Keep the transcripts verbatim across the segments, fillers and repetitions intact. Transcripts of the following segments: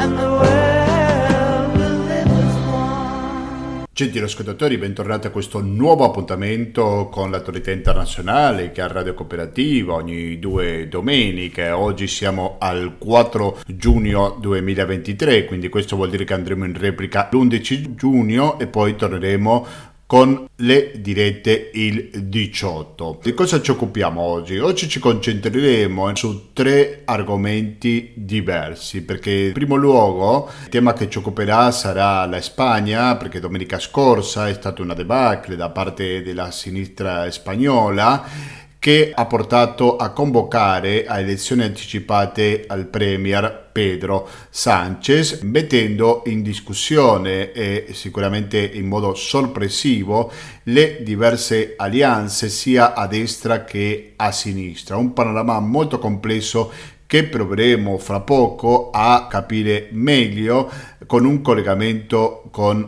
and the world will live as one. Gentili ascoltatori, bentornati a questo nuovo appuntamento con l'attualità internazionale che è a Radio Cooperativa ogni due domeniche. Oggi siamo al quattro giugno duemilaventitré, quindi questo vuol dire che andremo in replica l'undici giugno e poi torneremo con le dirette il diciotto. Di cosa ci occupiamo oggi? Oggi ci concentreremo su tre argomenti diversi, perché in primo luogo il tema che ci occuperà sarà la Spagna, perché domenica scorsa è stata una debacle da parte della sinistra spagnola che ha portato a convocare a elezioni anticipate al premier Pedro Sánchez, mettendo in discussione e sicuramente in modo sorpresivo le diverse alleanze sia a destra che a sinistra. Un panorama molto complesso che proveremo fra poco a capire meglio con un collegamento con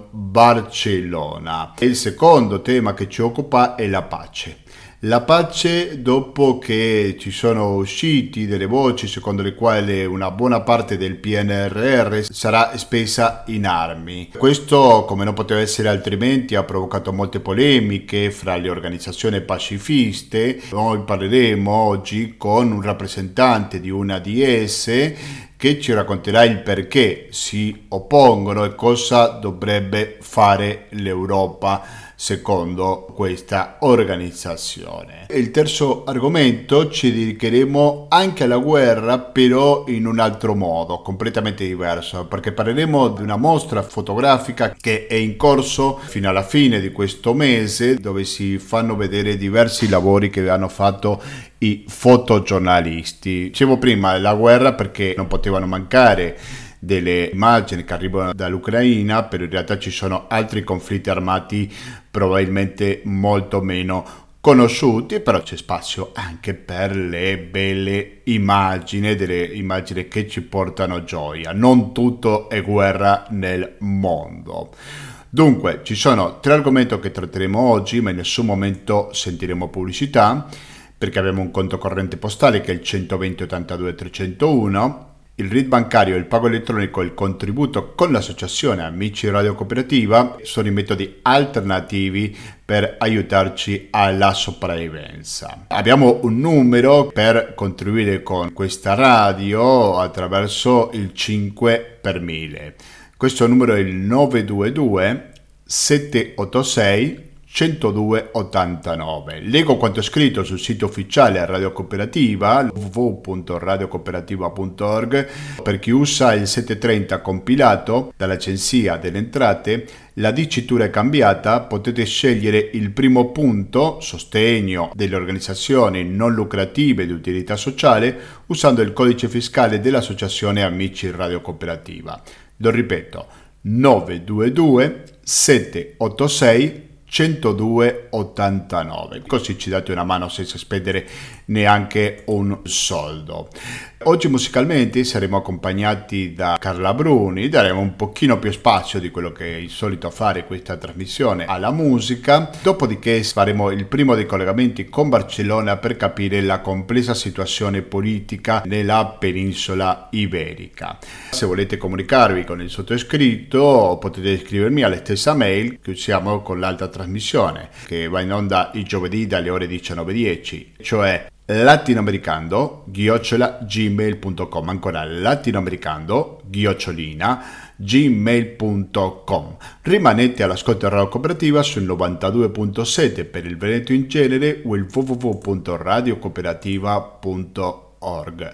Barcellona. Il secondo tema che ci occupa è la pace. La pace dopo che ci sono usciti delle voci secondo le quali una buona parte del P N R R sarà spesa in armi. Questo, come non poteva essere altrimenti, ha provocato molte polemiche fra le organizzazioni pacifiste. Noi parleremo oggi con un rappresentante di una di esse che ci racconterà il perché si oppongono e cosa dovrebbe fare l'Europa secondo questa organizzazione. Il terzo argomento ci dedicheremo anche alla guerra, però in un altro modo, completamente diverso, perché parleremo di una mostra fotografica che è in corso fino alla fine di questo mese, dove si fanno vedere diversi lavori che hanno fatto i fotogiornalisti. Dicevo prima la guerra perché non potevano mancare delle immagini che arrivano dall'Ucraina, però in realtà ci sono altri conflitti armati probabilmente molto meno conosciuti, però c'è spazio anche per le belle immagini, delle immagini che ci portano gioia. Non tutto è guerra nel mondo. Dunque, ci sono tre argomenti che tratteremo oggi, ma in nessun momento sentiremo pubblicità, perché abbiamo un conto corrente postale che è il centoventi ottantadue trecentouno, il R I D bancario, il pago elettronico e il contributo con l'associazione Amici Radio Cooperativa sono i metodi alternativi per aiutarci alla sopravvivenza. Abbiamo un numero per contribuire con questa radio attraverso il cinque per mille. Questo numero è il nove due due sette otto sei uno zero due otto nove. Leggo quanto è scritto sul sito ufficiale a Radio Cooperativa, w w w punto radio cooperativa punto org. Per chi usa il settecentotrenta compilato dall'Agenzia delle Entrate, la dicitura è cambiata, potete scegliere il primo punto, sostegno delle organizzazioni non lucrative di utilità sociale, usando il codice fiscale dell'Associazione Amici Radio Cooperativa. Lo ripeto, nove due due sette otto sei uno zero due otto nove, così ci date una mano senza spendere neanche un soldo. Oggi musicalmente saremo accompagnati da Carla Bruni, daremo un pochino più spazio di quello che è il solito fare questa trasmissione alla musica, dopodiché faremo il primo dei collegamenti con Barcellona per capire la complessa situazione politica nella penisola iberica. Se volete comunicarvi con il sottoscritto potete scrivermi alla stessa mail che usiamo con l'altra trasmissione che va in onda il giovedì dalle ore diciannove e dieci, cioè latinoamericando chiocciola gmail punto com, ancora latinoamericando chiocciolina gmail punto com. Rimanete all'ascolto della Radio Cooperativa sul novantadue virgola sette per il Veneto in genere o il w w w punto radio cooperativa punto org.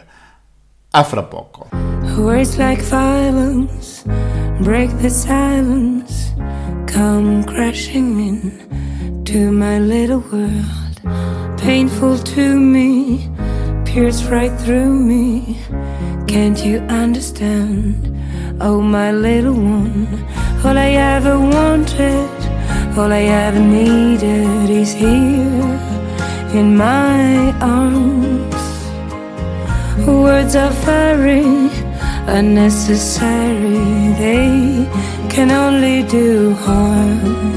A fra poco. Words like violence break the silence, come crashing in to my little world. Painful to me, pierce right through me. Can't you understand? Oh, my little one. All I ever wanted, all I ever needed is here in my arms. Words are very unnecessary, they can only do harm.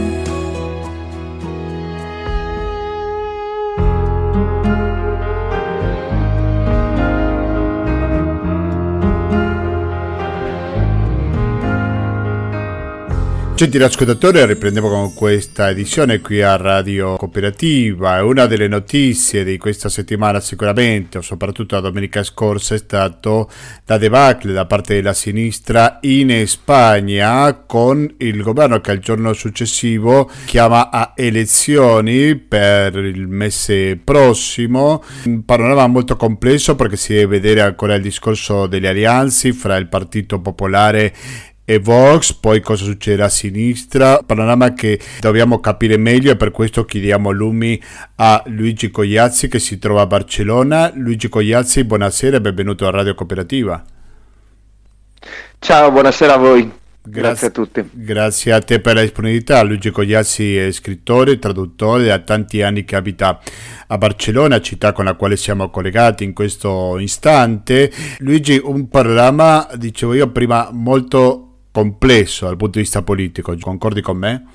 Gentili ascoltatori, riprendiamo con questa edizione qui a Radio Cooperativa. Una delle notizie di questa settimana sicuramente, o soprattutto la domenica scorsa, è stato la debacle da parte della sinistra in Spagna, con il governo che il giorno successivo chiama a elezioni per il mese prossimo. Un panorama molto complesso perché si deve vedere ancora il discorso delle alleanze fra il Partito Popolare e Vox, poi cosa succederà a sinistra, panorama che dobbiamo capire meglio, e per questo chiediamo lumi a Luigi Cogliazzi che si trova a Barcellona. Luigi Cogliazzi, buonasera e benvenuto a Radio Cooperativa. Ciao, buonasera a voi. Grazie, grazie a tutti. Grazie a te per la disponibilità. Luigi Cogliazzi è scrittore, traduttore, da tanti anni che abita a Barcellona, città con la quale siamo collegati in questo istante. Luigi, un panorama, dicevo io prima, molto complesso dal punto di vista politico, concordi con me?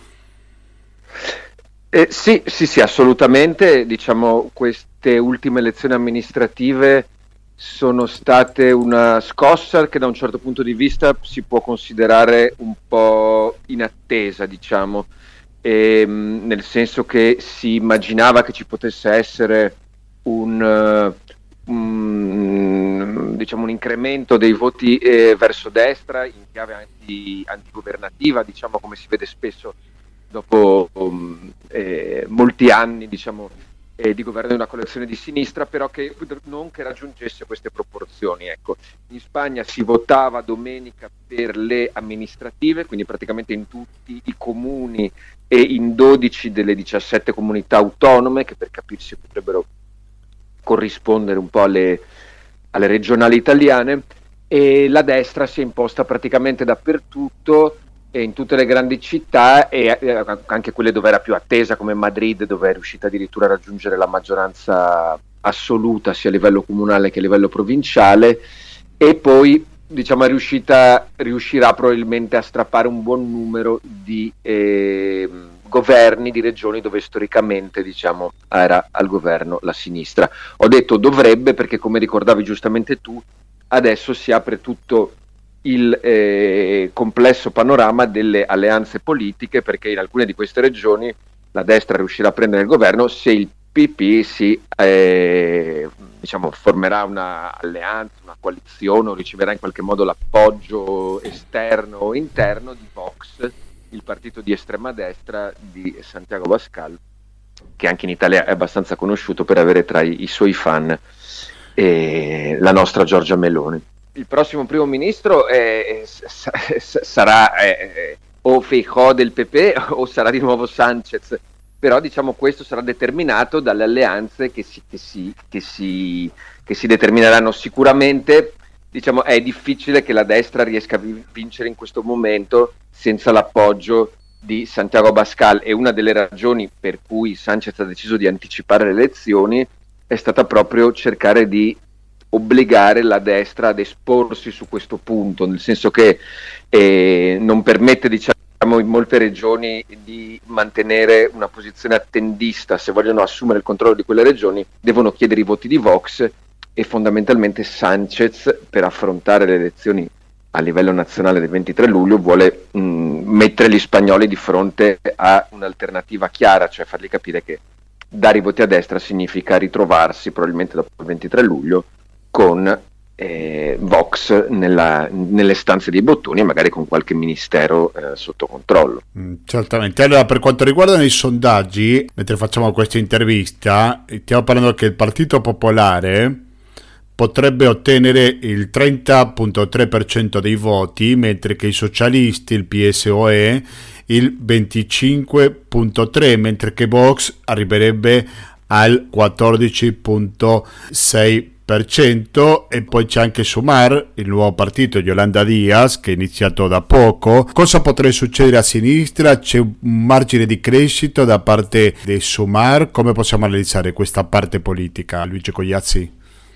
Eh, sì, sì, sì, assolutamente. Diciamo, queste ultime elezioni amministrative sono state una scossa che da un certo punto di vista si può considerare un po' inattesa, diciamo, e, nel senso che si immaginava che ci potesse essere un... Uh, Un, diciamo un incremento dei voti eh, verso destra in chiave anti, antigovernativa, diciamo, come si vede spesso dopo um, eh, molti anni, diciamo, eh, di governo di una coalizione di sinistra, però che non che raggiungesse queste proporzioni. Ecco, in Spagna si votava domenica per le amministrative, quindi praticamente in tutti i comuni e in dodici delle diciassette comunità autonome, che per capirsi potrebbero corrispondere un po' alle, alle regionali italiane, e la destra si è imposta praticamente dappertutto, e in tutte le grandi città, e anche quelle dove era più attesa come Madrid, dove è riuscita addirittura a raggiungere la maggioranza assoluta sia a livello comunale che a livello provinciale, e poi diciamo è riuscita riuscirà probabilmente a strappare un buon numero di eh, governi di regioni dove storicamente, diciamo, era al governo la sinistra. Ho detto dovrebbe perché, come ricordavi giustamente tu, adesso si apre tutto il eh, complesso panorama delle alleanze politiche, perché in alcune di queste regioni la destra riuscirà a prendere il governo se il P P si eh, diciamo formerà una alleanza, una coalizione, o riceverà in qualche modo l'appoggio esterno o interno di Vox, il partito di estrema destra di Santiago Abascal, che anche in Italia è abbastanza conosciuto per avere tra i, i suoi fan eh, la nostra Giorgia Meloni. Il prossimo primo ministro eh, sa, sarà eh, o Feijóo del P P o sarà di nuovo Sánchez, però diciamo questo sarà determinato dalle alleanze che si, che si, che si, che si determineranno sicuramente. Diciamo è difficile che la destra riesca a vincere in questo momento senza l'appoggio di Santiago Abascal, e una delle ragioni per cui Sánchez ha deciso di anticipare le elezioni è stata proprio cercare di obbligare la destra ad esporsi su questo punto, nel senso che eh, non permette, diciamo, in molte regioni di mantenere una posizione attendista. Se vogliono assumere il controllo di quelle regioni devono chiedere i voti di Vox, e fondamentalmente Sánchez, per affrontare le elezioni a livello nazionale del ventitré luglio, vuole mh, mettere gli spagnoli di fronte a un'alternativa chiara, cioè fargli capire che dare i voti a destra significa ritrovarsi probabilmente dopo il ventitré luglio con eh, Vox nella, nelle stanze dei bottoni, e magari con qualche ministero eh, sotto controllo. Mm, certamente. Allora, per quanto riguarda i sondaggi, mentre facciamo questa intervista, stiamo parlando che il Partito Popolare potrebbe ottenere il trenta virgola tre per cento dei voti, mentre che i socialisti, il P S O E, il venticinque virgola tre per cento, mentre che Vox arriverebbe al quattordici virgola sei per cento. E poi c'è anche Sumar, il nuovo partito di Yolanda Díaz, che è iniziato da poco. Cosa potrebbe succedere a sinistra? C'è un margine di crescita da parte di Sumar? Come possiamo analizzare questa parte politica, Luigi Cogliazzi?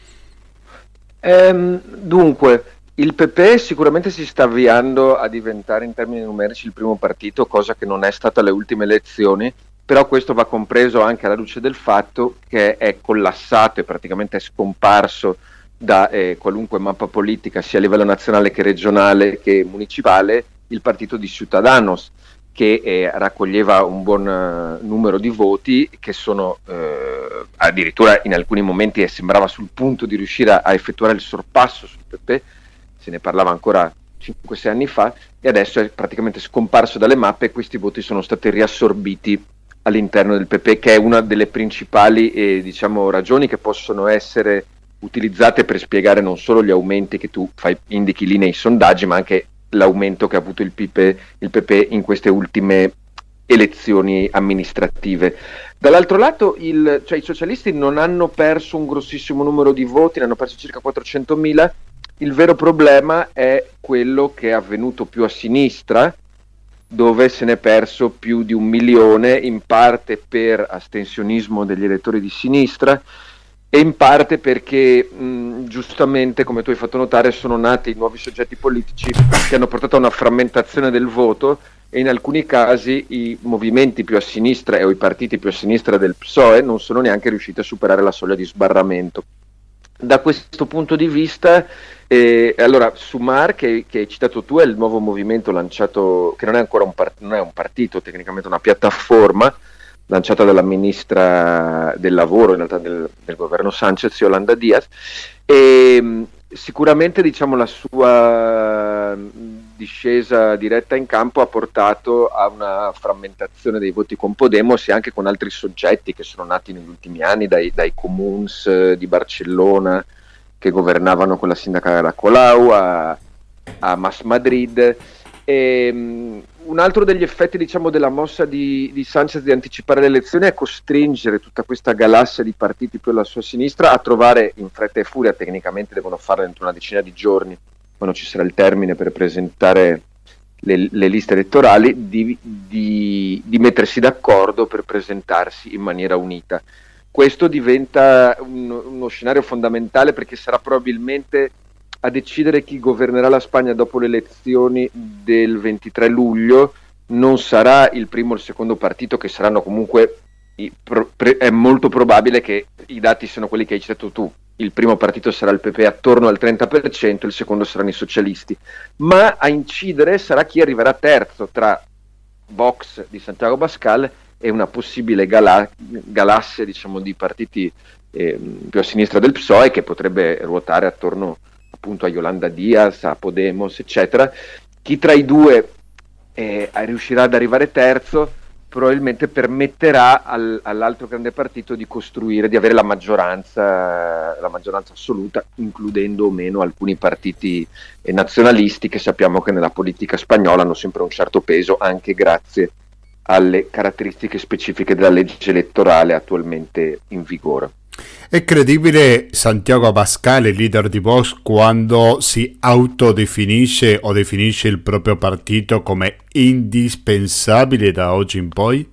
Ehm, dunque, il P P sicuramente si sta avviando a diventare in termini numerici il primo partito, cosa che non è stata alle ultime elezioni, però questo va compreso anche alla luce del fatto che è collassato e praticamente è scomparso da eh, qualunque mappa politica, sia a livello nazionale che regionale che municipale, il partito di Ciudadanos, che eh, raccoglieva un buon uh, numero di voti, che sono eh, addirittura in alcuni momenti eh, sembrava sul punto di riuscire a, a effettuare il sorpasso sul P P, se ne parlava ancora cinque sei anni fa, e adesso è praticamente scomparso dalle mappe e questi voti sono stati riassorbiti all'interno del P P, che è una delle principali eh, diciamo, ragioni che possono essere utilizzate per spiegare non solo gli aumenti che tu fai, indichi lì nei sondaggi, ma anche l'aumento che ha avuto il P P, il P P in queste ultime elezioni amministrative. Dall'altro lato il, cioè, i socialisti non hanno perso un grossissimo numero di voti, ne hanno perso circa quattrocentomila. Il vero problema è quello che è avvenuto più a sinistra, dove se ne è perso più di un milione, in parte per astensionismo degli elettori di sinistra e in parte perché mh, giustamente, come tu hai fatto notare, sono nati nuovi soggetti politici che hanno portato a una frammentazione del voto, e in alcuni casi i movimenti più a sinistra e o i partiti più a sinistra del P S O E non sono neanche riusciti a superare la soglia di sbarramento. Da questo punto di vista, eh, allora Sumar, che, che hai citato tu, è il nuovo movimento lanciato, che non è ancora un, part- non è un partito, tecnicamente una piattaforma, lanciata dalla ministra del lavoro, in realtà del, del governo Sanchez, Yolanda Diaz, e sicuramente diciamo la sua discesa diretta in campo ha portato a una frammentazione dei voti con Podemos e anche con altri soggetti che sono nati negli ultimi anni, dai, dai comuns di Barcellona che governavano con la sindaca Ada Colau a, a Mas Madrid. E, um, un altro degli effetti diciamo della mossa di, di Sanchez di anticipare le elezioni è costringere tutta questa galassia di partiti più alla sua sinistra a trovare in fretta e furia, tecnicamente devono farlo entro una decina di giorni quando ci sarà il termine per presentare le, le liste elettorali, di, di, di mettersi d'accordo per presentarsi in maniera unita. Questo diventa un, uno scenario fondamentale, perché sarà probabilmente a decidere chi governerà la Spagna dopo le elezioni del ventitré luglio. Non sarà il primo o il secondo partito, che saranno comunque, i, pro, pre, è molto probabile che i dati siano quelli che hai citato tu. Il primo partito sarà il P P attorno al trenta per cento, il secondo saranno i socialisti, ma a incidere sarà chi arriverà terzo tra Vox di Santiago Abascal e una possibile gala, galassia diciamo di partiti eh, più a sinistra del P S O E, che potrebbe ruotare attorno appunto a Yolanda Diaz, a Podemos, eccetera. Chi tra i due eh, riuscirà ad arrivare terzo probabilmente permetterà al, all'altro grande partito di costruire, di avere la maggioranza, la maggioranza assoluta, includendo o meno alcuni partiti eh, nazionalisti che sappiamo che nella politica spagnola hanno sempre un certo peso, anche grazie alle caratteristiche specifiche della legge elettorale attualmente in vigore. È credibile Santiago Abascal, il leader di Vox, quando si autodefinisce o definisce il proprio partito come indispensabile da oggi in poi?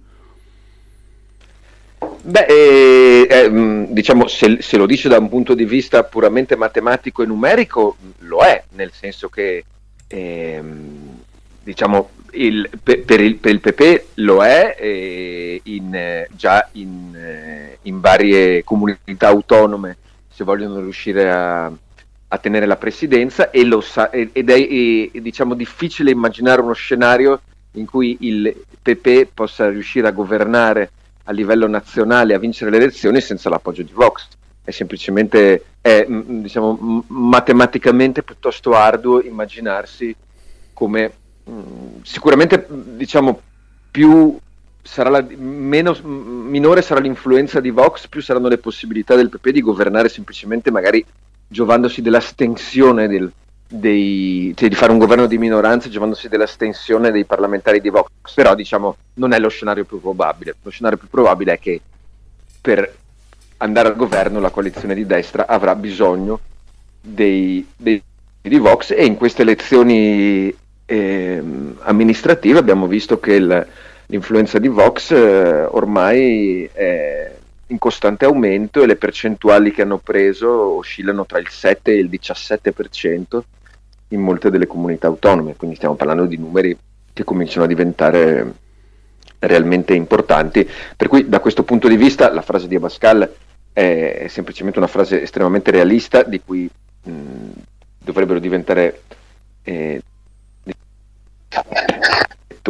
Beh, eh, eh, diciamo, se, se lo dice da un punto di vista puramente matematico e numerico, lo è, nel senso che eh, diciamo il, per, per, il, per il P P lo è eh, in, eh, già in, eh, in varie comunità autonome, se vogliono riuscire a, a tenere la presidenza, e lo sa, ed è e, diciamo difficile immaginare uno scenario in cui il P P possa riuscire a governare a livello nazionale, a vincere le elezioni senza l'appoggio di Vox. È semplicemente è, diciamo, matematicamente piuttosto arduo immaginarsi come sicuramente diciamo più sarà la, meno, minore sarà l'influenza di Vox, più saranno le possibilità del P P di governare semplicemente magari giovandosi dell'astensione del, dei, cioè di fare un governo di minoranza giovandosi dell'astensione dei parlamentari di Vox. Però diciamo non è lo scenario più probabile. Lo scenario più probabile è che per andare al governo la coalizione di destra avrà bisogno dei, dei di Vox, e in queste elezioni Eh, amministrative abbiamo visto che il, l'influenza di Vox eh, ormai è in costante aumento, e le percentuali che hanno preso oscillano tra il sette e il diciassette per cento in molte delle comunità autonome, quindi stiamo parlando di numeri che cominciano a diventare realmente importanti, per cui da questo punto di vista la frase di Abascal è, è semplicemente una frase estremamente realista, di cui mh, dovrebbero diventare eh, lettori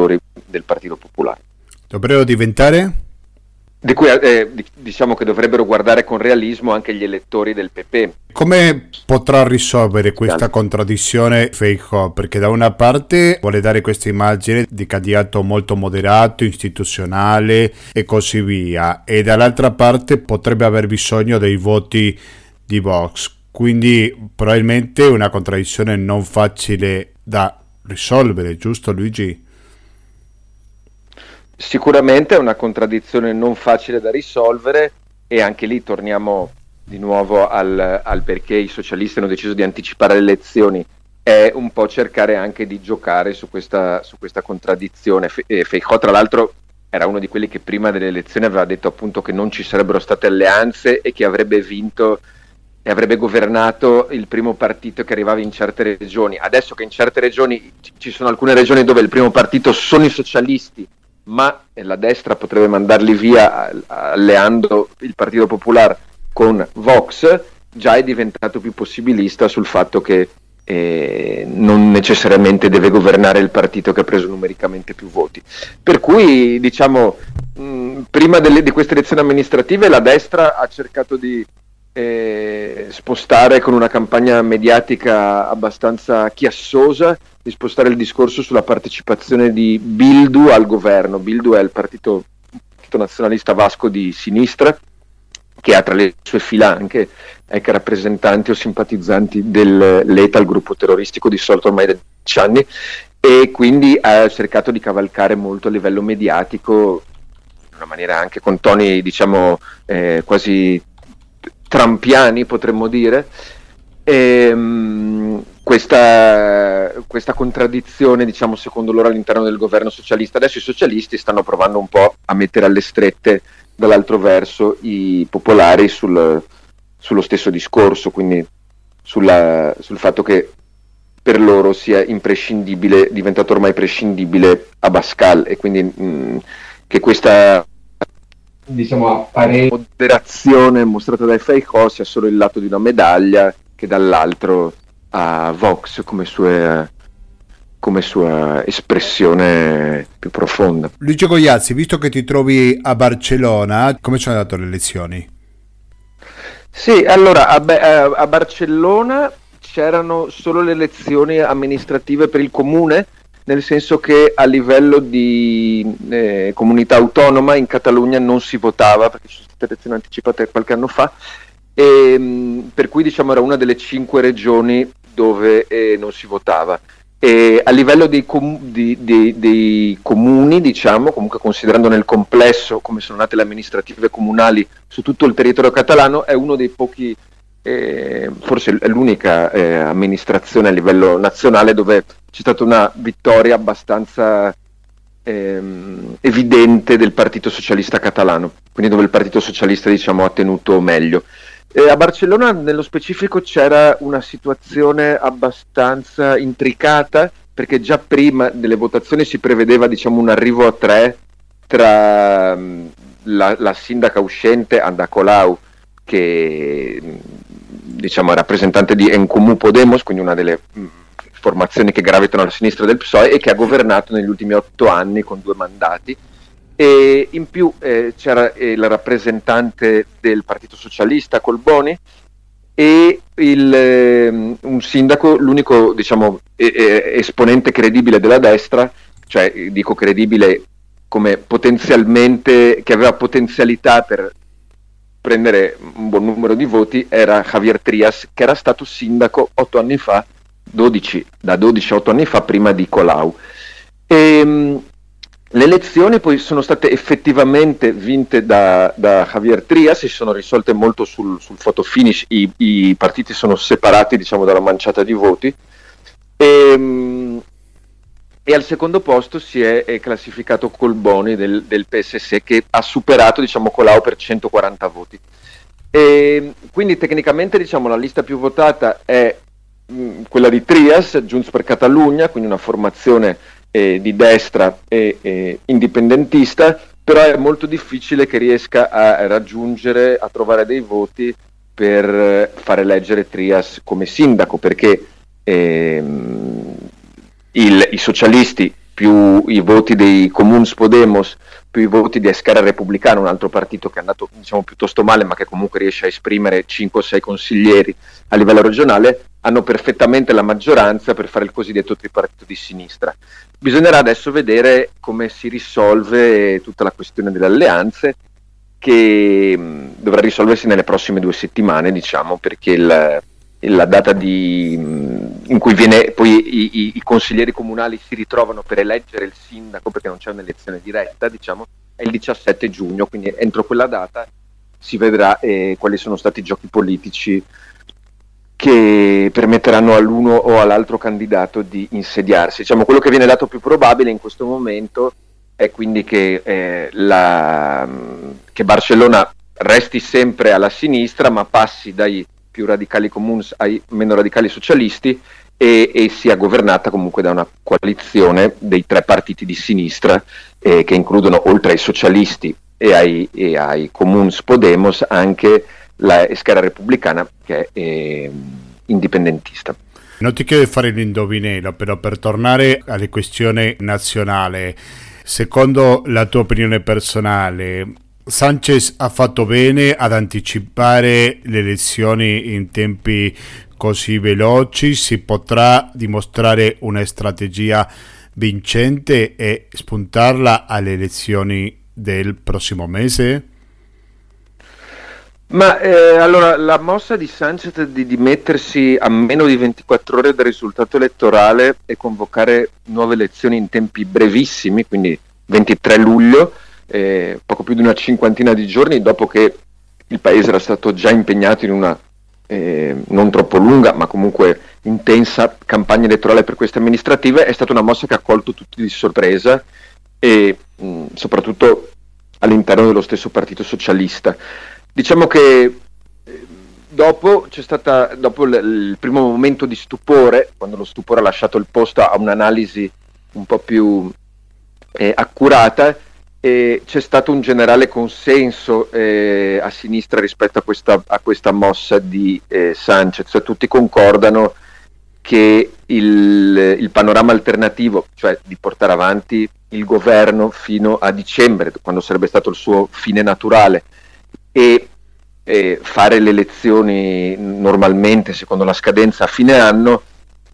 del Partito Popolare. Dovrebbero diventare? Di cui eh, diciamo che dovrebbero guardare con realismo anche gli elettori del P P. Come potrà risolvere questa contraddizione Feijóo? Perché da una parte vuole dare questa immagine di candidato molto moderato, istituzionale e così via, e dall'altra parte potrebbe aver bisogno dei voti di Vox, quindi probabilmente una contraddizione non facile da risolvere, giusto Luigi? Sicuramente è una contraddizione non facile da risolvere, e anche lì torniamo di nuovo al, al perché i socialisti hanno deciso di anticipare le elezioni. È un po' cercare anche di giocare su questa, su questa contraddizione. Fe, eh, Feijóo tra l'altro era uno di quelli che prima delle elezioni aveva detto appunto che non ci sarebbero state alleanze e che avrebbe vinto e avrebbe governato il primo partito che arrivava in certe regioni. Adesso che in certe regioni ci sono alcune regioni dove il primo partito sono i socialisti, ma la destra potrebbe mandarli via alleando il Partito Popolare con Vox, già è diventato più possibilista sul fatto che eh, non necessariamente deve governare il partito che ha preso numericamente più voti. Per cui, diciamo, mh, prima delle, di queste elezioni amministrative la destra ha cercato di eh, spostare con una campagna mediatica abbastanza chiassosa, di spostare il discorso sulla partecipazione di Bildu al governo. Bildu è il partito, partito nazionalista vasco di sinistra, che ha tra le sue fila anche ecco, rappresentanti o simpatizzanti dell'E T A, il gruppo terroristico dissolto ormai da dieci anni, e quindi ha cercato di cavalcare molto a livello mediatico, in una maniera anche con toni diciamo eh, quasi trampiani potremmo dire, e, mh, questa, questa contraddizione diciamo secondo loro all'interno del governo socialista. Adesso i socialisti stanno provando un po' a mettere alle strette dall'altro verso i popolari sul, sullo stesso discorso, quindi sulla, sul fatto che per loro sia imprescindibile, diventato ormai prescindibile Abascal, e quindi mh, che questa diciamo apparente moderazione mostrata dai Feijóo sia solo il lato di una medaglia, che dall'altro ha Vox come sua, come sua espressione più profonda. Luigi Goiazzi, visto che ti trovi a Barcellona, come sono andate le elezioni? Sì, allora a, Be- a Barcellona c'erano solo le elezioni amministrative per il comune, nel senso che a livello di eh, comunità autonoma in Catalogna non si votava, perché ci sono state elezioni anticipate qualche anno fa, e, mh, per cui diciamo era una delle cinque regioni dove eh, non si votava. E a livello dei, com- di, di, dei comuni, diciamo, comunque considerando nel complesso come sono nate le amministrative comunali su tutto il territorio catalano, è uno dei pochi, eh, forse è l'unica eh, amministrazione a livello nazionale dove c'è stata una vittoria abbastanza ehm, evidente del Partito Socialista catalano, quindi dove il Partito Socialista diciamo ha tenuto meglio. E a Barcellona nello specifico c'era una situazione abbastanza intricata, perché già prima delle votazioni si prevedeva diciamo un arrivo a tre tra mh, la, la sindaca uscente Ada Colau, che mh, diciamo è rappresentante di En Comú Podemos, quindi una delle mh, formazioni che gravitano alla sinistra del P S O E e che ha governato negli ultimi otto anni con due mandati. E in più eh, c'era eh, il rappresentante del Partito Socialista Colboni e il, eh, un sindaco, l'unico diciamo eh, eh, esponente credibile della destra, cioè dico credibile come potenzialmente, che aveva potenzialità per prendere un buon numero di voti, era Javier Trias, che era stato sindaco otto anni fa, dodici, da dodici a otto anni fa, prima di Colau. E, le elezioni poi sono state effettivamente vinte da, da Javier Trias, si sono risolte molto sul, sul photo finish, I, i partiti sono separati diciamo dalla manciata di voti, e, e al secondo posto si è, è classificato Colboni del, del P S S, che ha superato diciamo Colau per centoquaranta voti. E quindi tecnicamente diciamo la lista più votata è mh, quella di Trias, Junts per Catalunya, quindi una formazione Eh, di destra e eh, indipendentista, però è molto difficile che riesca a raggiungere, a trovare dei voti per eh, fare eleggere Trias come sindaco, perché ehm, il, i socialisti più i voti dei Comuns Podemos, più i voti di Esquerra Republicana, un altro partito che è andato diciamo piuttosto male ma che comunque riesce a esprimere cinque o sei consiglieri a livello regionale, hanno perfettamente la maggioranza per fare il cosiddetto tripartito di sinistra. Bisognerà adesso vedere come si risolve tutta la questione delle alleanze, che mh, dovrà risolversi nelle prossime due settimane, diciamo, perché il, la data di, mh, in cui viene poi i, i, i consiglieri comunali si ritrovano per eleggere il sindaco, perché non c'è un'elezione diretta, diciamo, è il diciassette giugno, quindi entro quella data si vedrà eh, quali sono stati i giochi politici che permetteranno all'uno o all'altro candidato di insediarsi. Diciamo, quello che viene dato più probabile in questo momento è quindi che, eh, la, che Barcellona resti sempre alla sinistra, ma passi dai più radicali comuns ai meno radicali socialisti e, e sia governata comunque da una coalizione dei tre partiti di sinistra eh, che includono, oltre ai socialisti e ai, e ai Comuns Podemos, anche la Esquerra Repubblicana, che è eh, indipendentista. Non ti chiedo di fare l'indovinello, però per tornare alle questioni nazionali, secondo la tua opinione personale, Sánchez ha fatto bene ad anticipare le elezioni in tempi così veloci? Si potrà dimostrare una strategia vincente e spuntarla alle elezioni del prossimo mese? Ma eh, allora la mossa di Sánchez di dimettersi a meno di ventiquattro ore dal risultato elettorale e convocare nuove elezioni in tempi brevissimi, quindi ventitré luglio, eh, poco più di una cinquantina di giorni dopo che il paese era stato già impegnato in una eh, non troppo lunga ma comunque intensa campagna elettorale per queste amministrative, è stata una mossa che ha colto tutti di sorpresa e mh, soprattutto all'interno dello stesso partito socialista. Diciamo che dopo c'è stata, dopo il, il primo momento di stupore, quando lo stupore ha lasciato il posto a un'analisi un po' più eh, accurata, eh, c'è stato un generale consenso eh, a sinistra rispetto a questa, a questa mossa di eh, Sánchez, cioè, tutti concordano che il, il panorama alternativo, cioè di portare avanti il governo fino a dicembre, quando sarebbe stato il suo fine naturale, e eh, fare le elezioni normalmente secondo la scadenza a fine anno,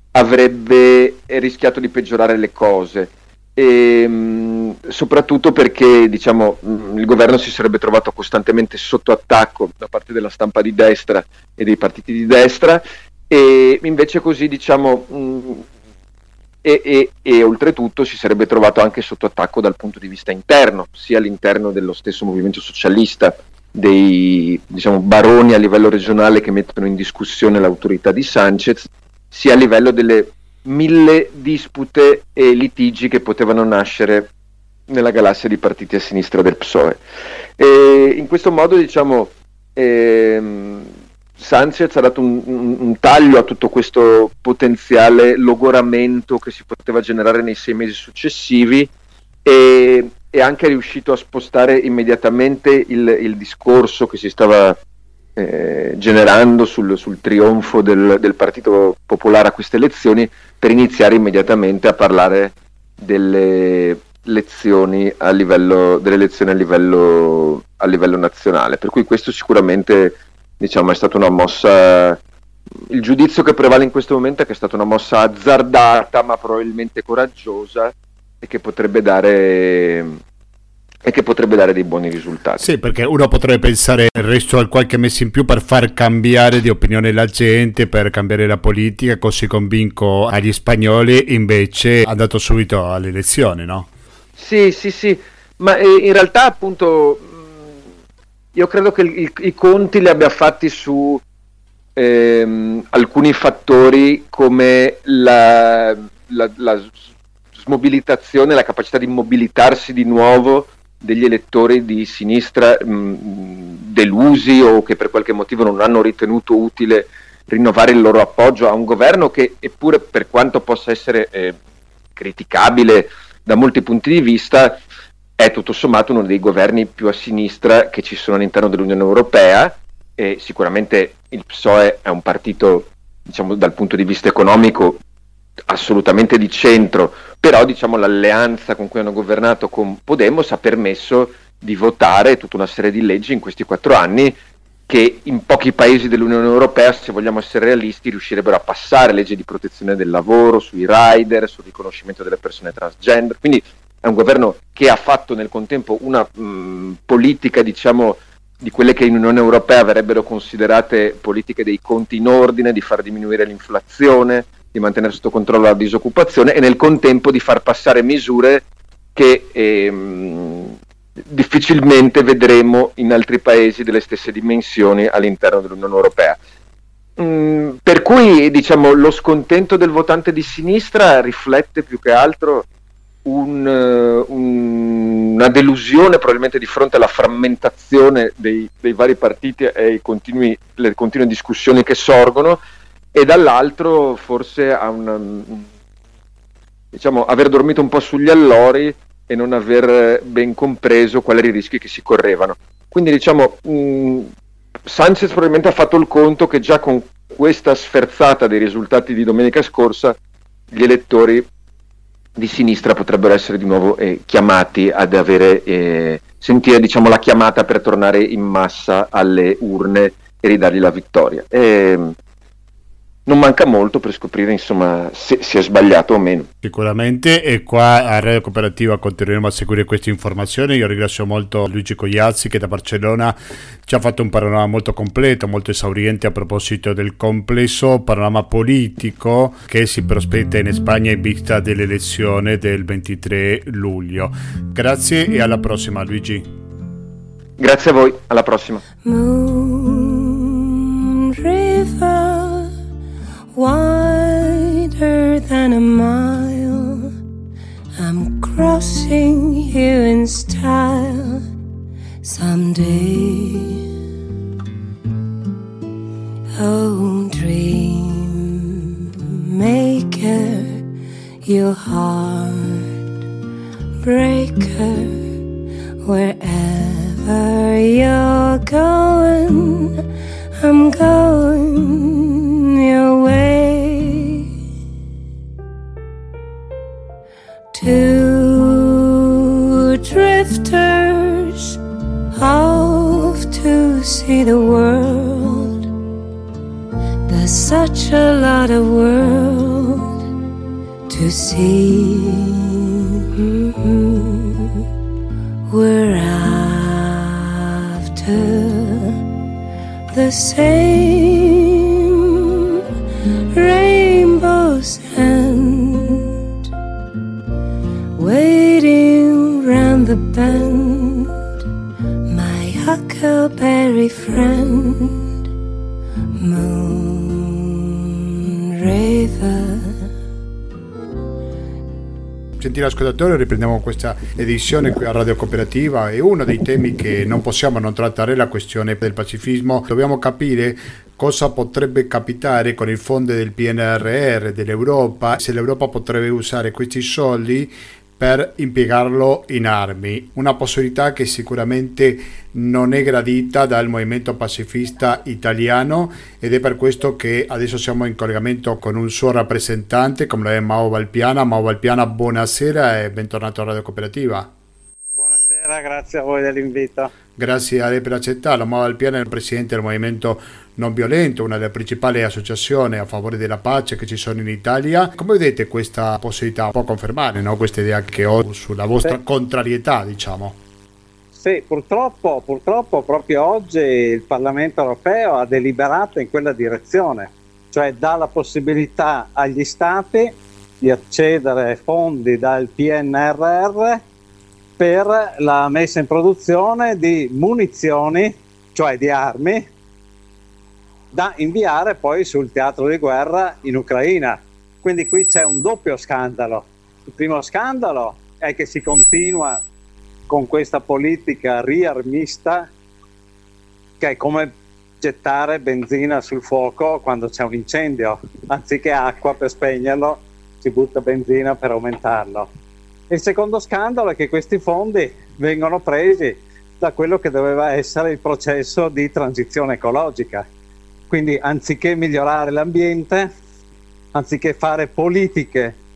avrebbe rischiato di peggiorare le cose, e, mh, soprattutto perché diciamo, mh, il governo si sarebbe trovato costantemente sotto attacco da parte della stampa di destra e dei partiti di destra, e invece così diciamo mh, e, e, e oltretutto si sarebbe trovato anche sotto attacco dal punto di vista interno, sia all'interno dello stesso movimento socialista, dei diciamo baroni a livello regionale che mettono in discussione l'autorità di Sánchez, sia a livello delle mille dispute e litigi che potevano nascere nella galassia di partiti a sinistra del P S O E. E in questo modo diciamo ehm, Sánchez ha dato un, un, un taglio a tutto questo potenziale logoramento che si poteva generare nei sei mesi successivi, e è anche riuscito a spostare immediatamente il, il discorso che si stava eh, generando sul, sul trionfo del, del Partito Popolare a queste elezioni, per iniziare immediatamente a parlare delle elezioni a livello, delle elezioni a livello, a livello nazionale. Per cui questo sicuramente diciamo è stata una mossa, il giudizio che prevale in questo momento è che è stata una mossa azzardata ma probabilmente coraggiosa, e che potrebbe dare e che potrebbe dare dei buoni risultati. Sì, perché uno potrebbe pensare il resto al qualche mese in più per far cambiare di opinione la gente, per cambiare la politica, così convinco agli spagnoli, invece è andato subito alle elezioni, no? Sì, sì, sì, ma eh, in realtà appunto io credo che il, il, i conti li abbia fatti su ehm, alcuni fattori come la, la, la smobilitazione, la capacità di mobilitarsi di nuovo degli elettori di sinistra mh, delusi o che per qualche motivo non hanno ritenuto utile rinnovare il loro appoggio a un governo che, eppure, per quanto possa essere eh, criticabile da molti punti di vista, è tutto sommato uno dei governi più a sinistra che ci sono all'interno dell'Unione Europea, e sicuramente il P S O E è un partito, diciamo, dal punto di vista economico assolutamente di centro, però diciamo l'alleanza con cui hanno governato con Podemos ha permesso di votare tutta una serie di leggi in questi quattro anni che in pochi paesi dell'Unione Europea, se vogliamo essere realisti, riuscirebbero a passare, leggi di protezione del lavoro, sui rider, sul riconoscimento delle persone transgender. Quindi è un governo che ha fatto nel contempo una mh, politica, diciamo, di quelle che in Unione Europea verrebbero considerate politiche dei conti in ordine, di far diminuire l'inflazione, di mantenere sotto controllo la disoccupazione e nel contempo di far passare misure che ehm, difficilmente vedremo in altri paesi delle stesse dimensioni all'interno dell'Unione Europea. Mm, per cui diciamo lo scontento del votante di sinistra riflette più che altro un, un, una delusione probabilmente di fronte alla frammentazione dei, dei vari partiti e ai continui, le continue discussioni che sorgono, e dall'altro forse a un, diciamo, aver dormito un po' sugli allori e non aver ben compreso quali erano i rischi che si correvano. Quindi diciamo mh, Sanchez probabilmente ha fatto il conto che già con questa sferzata dei risultati di domenica scorsa gli elettori di sinistra potrebbero essere di nuovo eh, chiamati ad avere eh, sentire diciamo la chiamata per tornare in massa alle urne e ridargli la vittoria. E, non manca molto per scoprire insomma se si è sbagliato o meno. Sicuramente, e qua a Radio Cooperativa continueremo a seguire queste informazioni. Io ringrazio molto Luigi Cogliazzi che da Barcellona ci ha fatto un panorama molto completo, molto esauriente a proposito del complesso panorama politico che si prospetta in Spagna in vista dell'elezione del ventitré luglio. Grazie e alla prossima, Luigi. Grazie a voi, alla prossima. Moon River, wider than a mile, I'm crossing you in style someday. Oh, dream maker, you heart breaker, wherever you're going, I'm going your way. Two drifters off to see the world. There's such a lot of world to see. Mm-hmm. We're after the same rainbow's end, waiting round the bend, my huckleberry friend, Moon River. Gentili ascoltatori, riprendiamo questa edizione qui a Radio Cooperativa e uno dei temi che non possiamo non trattare è la questione del pacifismo. Dobbiamo capire cosa potrebbe capitare con il fondo del P N R R dell'Europa, se l'Europa potrebbe usare questi soldi per impiegarlo in armi, una possibilità che sicuramente non è gradita dal movimento pacifista italiano, ed è per questo che adesso siamo in collegamento con un suo rappresentante come lo è Mao Valpiana. Mao Valpiana, buonasera e bentornato a Radio Cooperativa. Buonasera, grazie a voi dell'invito. Grazie a lei per accettarlo. Mao Valpiana è il presidente del Movimento Non Violento, una delle principali associazioni a favore della pace che ci sono in Italia. Come vedete questa possibilità? Può confermare, no? Questa idea che ho sulla vostra sì. contrarietà, diciamo. Sì, purtroppo, purtroppo proprio oggi il Parlamento europeo ha deliberato in quella direzione, cioè dà la possibilità agli Stati di accedere ai fondi dal P N R R per la messa in produzione di munizioni, cioè di armi, da inviare poi sul teatro di guerra in Ucraina. Quindi qui c'è un doppio scandalo. Il primo scandalo è che si continua con questa politica riarmista, che è come gettare benzina sul fuoco quando c'è un incendio. Anziché acqua per spegnerlo, si butta benzina per aumentarlo. Il secondo scandalo è che questi fondi vengono presi da quello che doveva essere il processo di transizione ecologica. Quindi anziché migliorare l'ambiente, anziché fare politiche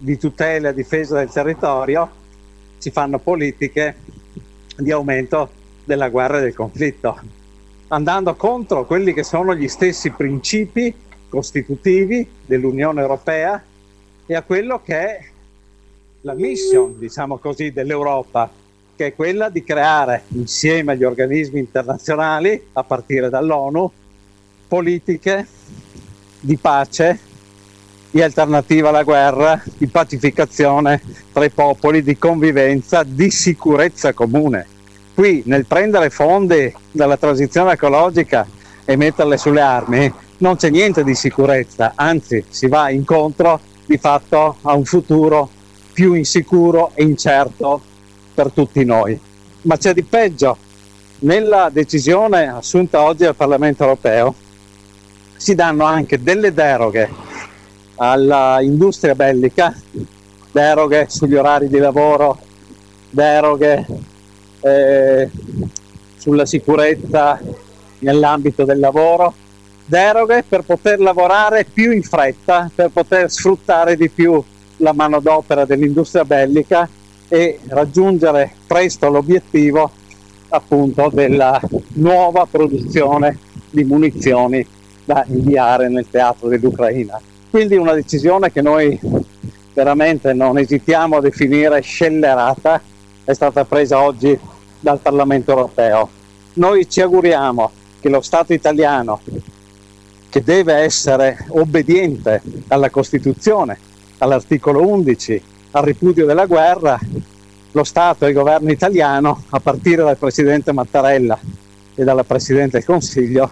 di tutela e difesa del territorio, si fanno politiche di aumento della guerra e del conflitto, andando contro quelli che sono gli stessi principi costitutivi dell'Unione Europea e a quello che è la mission, diciamo così, dell'Europa, che è quella di creare insieme agli organismi internazionali, a partire dall'ONU, politiche di pace, di alternativa alla guerra, di pacificazione tra i popoli, di convivenza, di sicurezza comune. Qui nel prendere fondi dalla transizione ecologica e metterle sulle armi non c'è niente di sicurezza, anzi si va incontro di fatto a un futuro più insicuro e incerto per tutti noi. Ma c'è di peggio. Nella decisione assunta oggi dal Parlamento europeo si danno anche delle deroghe all'industria bellica, deroghe sugli orari di lavoro, deroghe eh, sulla sicurezza nell'ambito del lavoro, deroghe per poter lavorare più in fretta, per poter sfruttare di più la manodopera dell'industria bellica e raggiungere presto l'obiettivo appunto della nuova produzione di munizioni da inviare nel teatro dell'Ucraina. Quindi una decisione che noi veramente non esitiamo a definire scellerata è stata presa oggi dal Parlamento europeo. Noi ci auguriamo che lo Stato italiano, che deve essere obbediente alla Costituzione, all'articolo undici, al ripudio della guerra, lo Stato e il governo italiano, a partire dal Presidente Mattarella e dalla Presidente del Consiglio,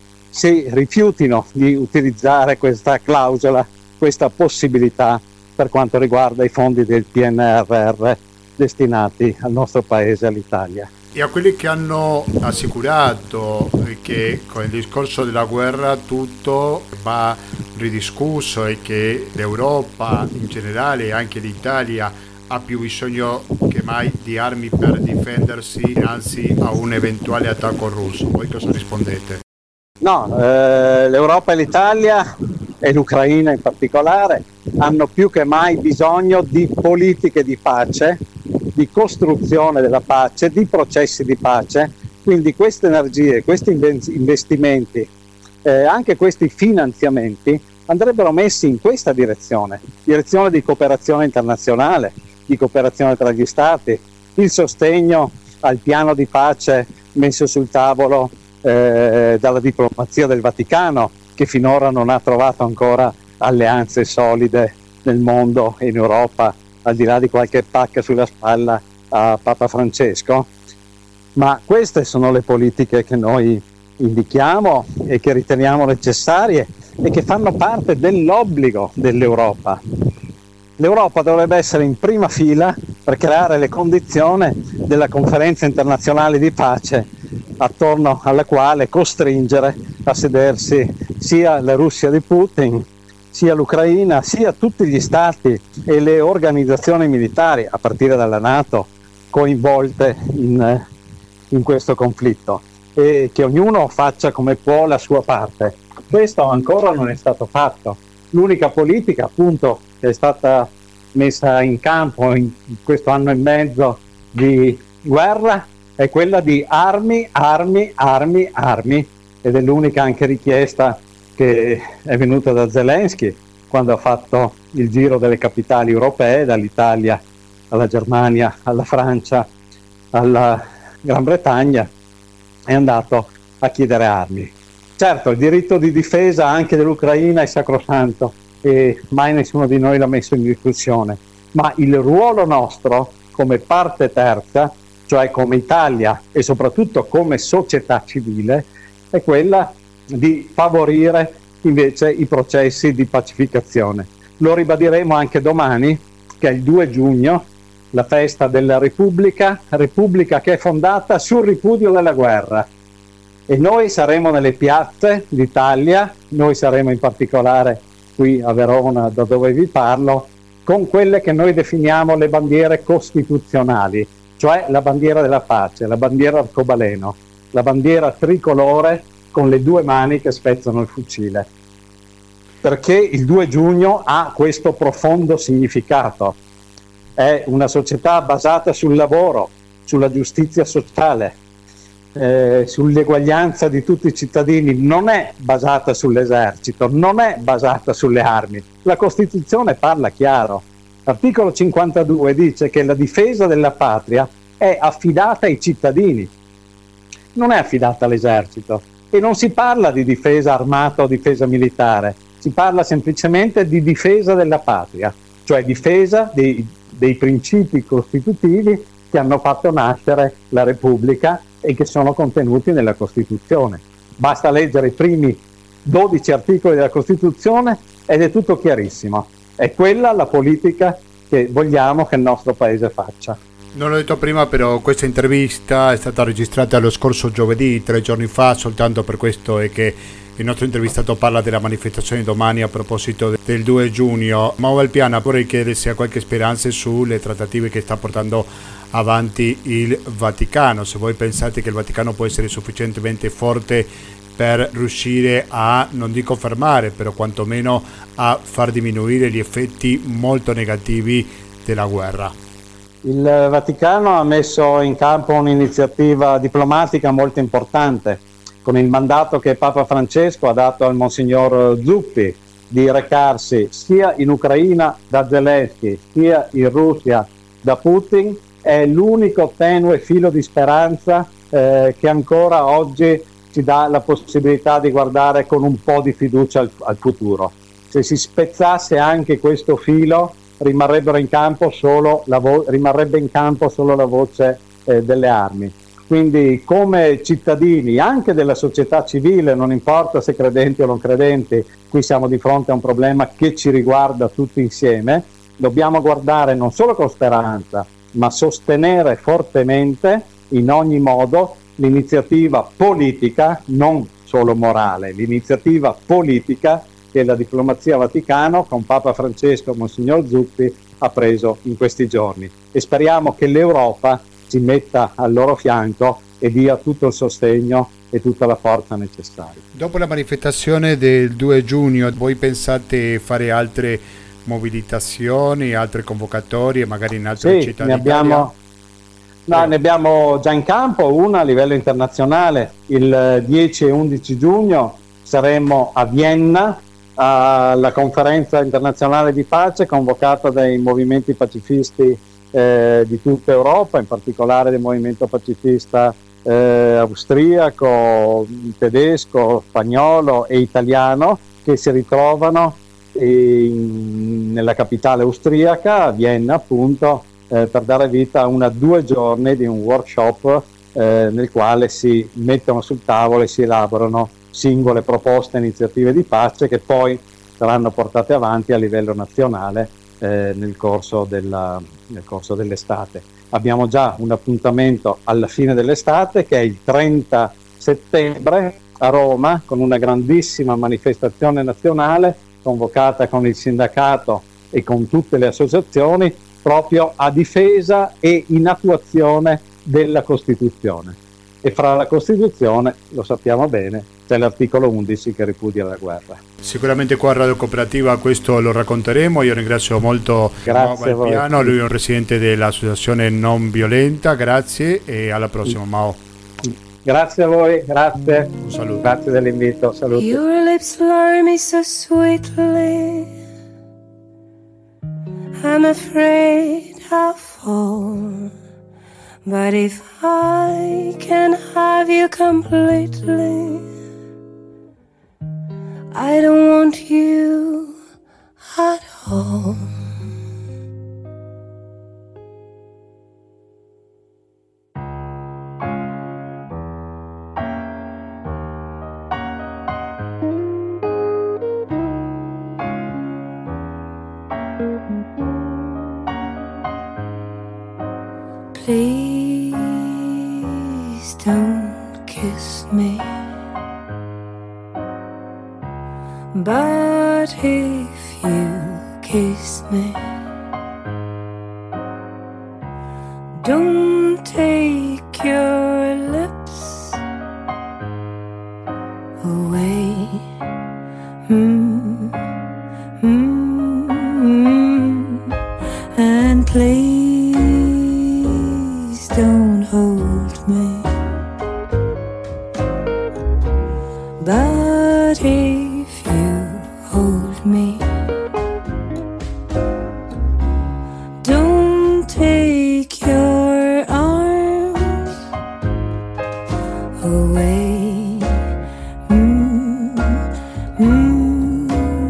si rifiutino di utilizzare questa clausola, questa possibilità per quanto riguarda i fondi del P N R R destinati al nostro paese, all'Italia. E a quelli che hanno assicurato che con il discorso della guerra tutto va ridiscusso e che l'Europa in generale e anche l'Italia ha più bisogno che mai di armi per difendersi dinanzi a un eventuale attacco russo, voi cosa rispondete? No, eh, l'Europa e l'Italia e l'Ucraina in particolare hanno più che mai bisogno di politiche di pace, di costruzione della pace, di processi di pace. Quindi queste energie, questi investimenti, eh, anche questi finanziamenti andrebbero messi in questa direzione, direzione di cooperazione internazionale, di cooperazione tra gli stati, il sostegno al piano di pace messo sul tavolo eh, dalla diplomazia del Vaticano, che finora non ha trovato ancora alleanze solide nel mondo e in Europa, al di là di qualche pacca sulla spalla a Papa Francesco. Ma queste sono le politiche che noi indichiamo e che riteniamo necessarie e che fanno parte dell'obbligo dell'Europa. L'Europa dovrebbe essere in prima fila per creare le condizioni della conferenza internazionale di pace attorno alla quale costringere a sedersi sia la Russia di Putin, sia l'Ucraina, sia tutti gli stati e le organizzazioni militari, a partire dalla NATO, coinvolte in, in questo conflitto, e che ognuno faccia come può la sua parte. Questo ancora non è stato fatto. L'unica politica, appunto, che è stata messa in campo in questo anno e mezzo di guerra è quella di armi, armi, armi, armi, ed è l'unica anche richiesta che è venuta da Zelensky quando ha fatto il giro delle capitali europee, dall'Italia alla Germania, alla Francia, alla Gran Bretagna, è andato a chiedere armi. Certo, il diritto di difesa anche dell'Ucraina è sacrosanto e mai nessuno di noi l'ha messo in discussione, ma il ruolo nostro come parte terza, cioè come Italia e soprattutto come società civile, è quella di favorire invece i processi di pacificazione. Lo ribadiremo anche domani, che è il due giugno, la festa della Repubblica, Repubblica che è fondata sul ripudio della guerra. E noi saremo nelle piazze d'Italia, noi saremo in particolare qui a Verona, da dove vi parlo, con quelle che noi definiamo le bandiere costituzionali, cioè la bandiera della pace, la bandiera arcobaleno, la bandiera tricolore con le due mani che spezzano il fucile. perché il due giugno ha questo profondo significato. È una società basata sul lavoro, sulla giustizia sociale, eh, sull'eguaglianza di tutti i cittadini, non è basata sull'esercito, non è basata sulle armi. La Costituzione parla chiaro. L'articolo cinquantadue dice che la difesa della patria è affidata ai cittadini, non è affidata all'esercito, e non si parla di difesa armata o difesa militare, si parla semplicemente di difesa della patria, cioè difesa dei, dei principi costitutivi che hanno fatto nascere la Repubblica e che sono contenuti nella Costituzione. Basta leggere i primi dodici articoli della Costituzione ed è tutto chiarissimo. È quella la politica che vogliamo che il nostro Paese faccia. Non l'ho detto prima, però questa intervista è stata registrata lo scorso giovedì, tre giorni fa, soltanto per questo è che il nostro intervistato parla della manifestazione domani a proposito del due giugno. Mauro Valpiana, vorrei chiedere se ha qualche speranza sulle trattative che sta portando avanti il Vaticano, se voi pensate che il Vaticano può essere sufficientemente forte per riuscire a, non dico fermare, però quantomeno a far diminuire gli effetti molto negativi della guerra. Il Vaticano ha messo in campo un'iniziativa diplomatica molto importante, con il mandato che Papa Francesco ha dato al Monsignor Zuppi di recarsi sia in Ucraina da Zelensky, sia in Russia da Putin. È l'unico tenue filo di speranza eh, che ancora oggi ci dà la possibilità di guardare con un po' di fiducia al, al futuro. Se si spezzasse anche questo filo, rimarrebbero in campo solo la vo- rimarrebbe in campo solo la voce eh, delle armi. Quindi come cittadini, anche della società civile, non importa se credenti o non credenti, qui siamo di fronte a un problema che ci riguarda tutti insieme, dobbiamo guardare non solo con speranza, ma sostenere fortemente in ogni modo l'iniziativa politica, non solo morale, l'iniziativa politica che la diplomazia Vaticano con Papa Francesco e Monsignor Zuppi ha preso in questi giorni, e speriamo che l'Europa si metta al loro fianco e dia tutto il sostegno e tutta la forza necessaria. Dopo la manifestazione del due giugno, voi pensate fare altre mobilitazioni, altre convocatorie, magari in altre sì, città ne d'Italia? Abbiamo, no, ne abbiamo già in campo una a livello internazionale. Il dieci e undici giugno saremo a Vienna alla conferenza internazionale di pace convocata dai movimenti pacifisti eh, di tutta Europa, in particolare del movimento pacifista eh, austriaco, tedesco, spagnolo e italiano, che si ritrovano in, nella capitale austriaca, a Vienna appunto, eh, per dare vita a una due giorni di un workshop eh, nel quale si mettono sul tavolo e si elaborano singole proposte e iniziative di pace che poi saranno portate avanti a livello nazionale eh, nel corso della, nel corso dell'estate. Abbiamo già un appuntamento alla fine dell'estate, che è il trenta settembre a Roma, con una grandissima manifestazione nazionale convocata con il sindacato e con tutte le associazioni, proprio a difesa e in attuazione della Costituzione. E fra la Costituzione, lo sappiamo bene, c'è l'articolo undici che ripudia la guerra. Sicuramente qua a Radio Cooperativa questo lo racconteremo. Io ringrazio molto grazie Mao Valpiano, lui è un residente dell'associazione Non Violenta. Grazie e alla prossima, Mao. Grazie a voi, grazie. Un saluto. Grazie dell'invito, saluti. Your lips lure me so sweetly, I'm afraid I'll fall. But if I can have you completely, I don't want you at all. Please don't kiss me, but if you kiss me, don't take your lips away. Mm. Please don't hold me. But if you hold me, don't take your arms away. Mm, mm,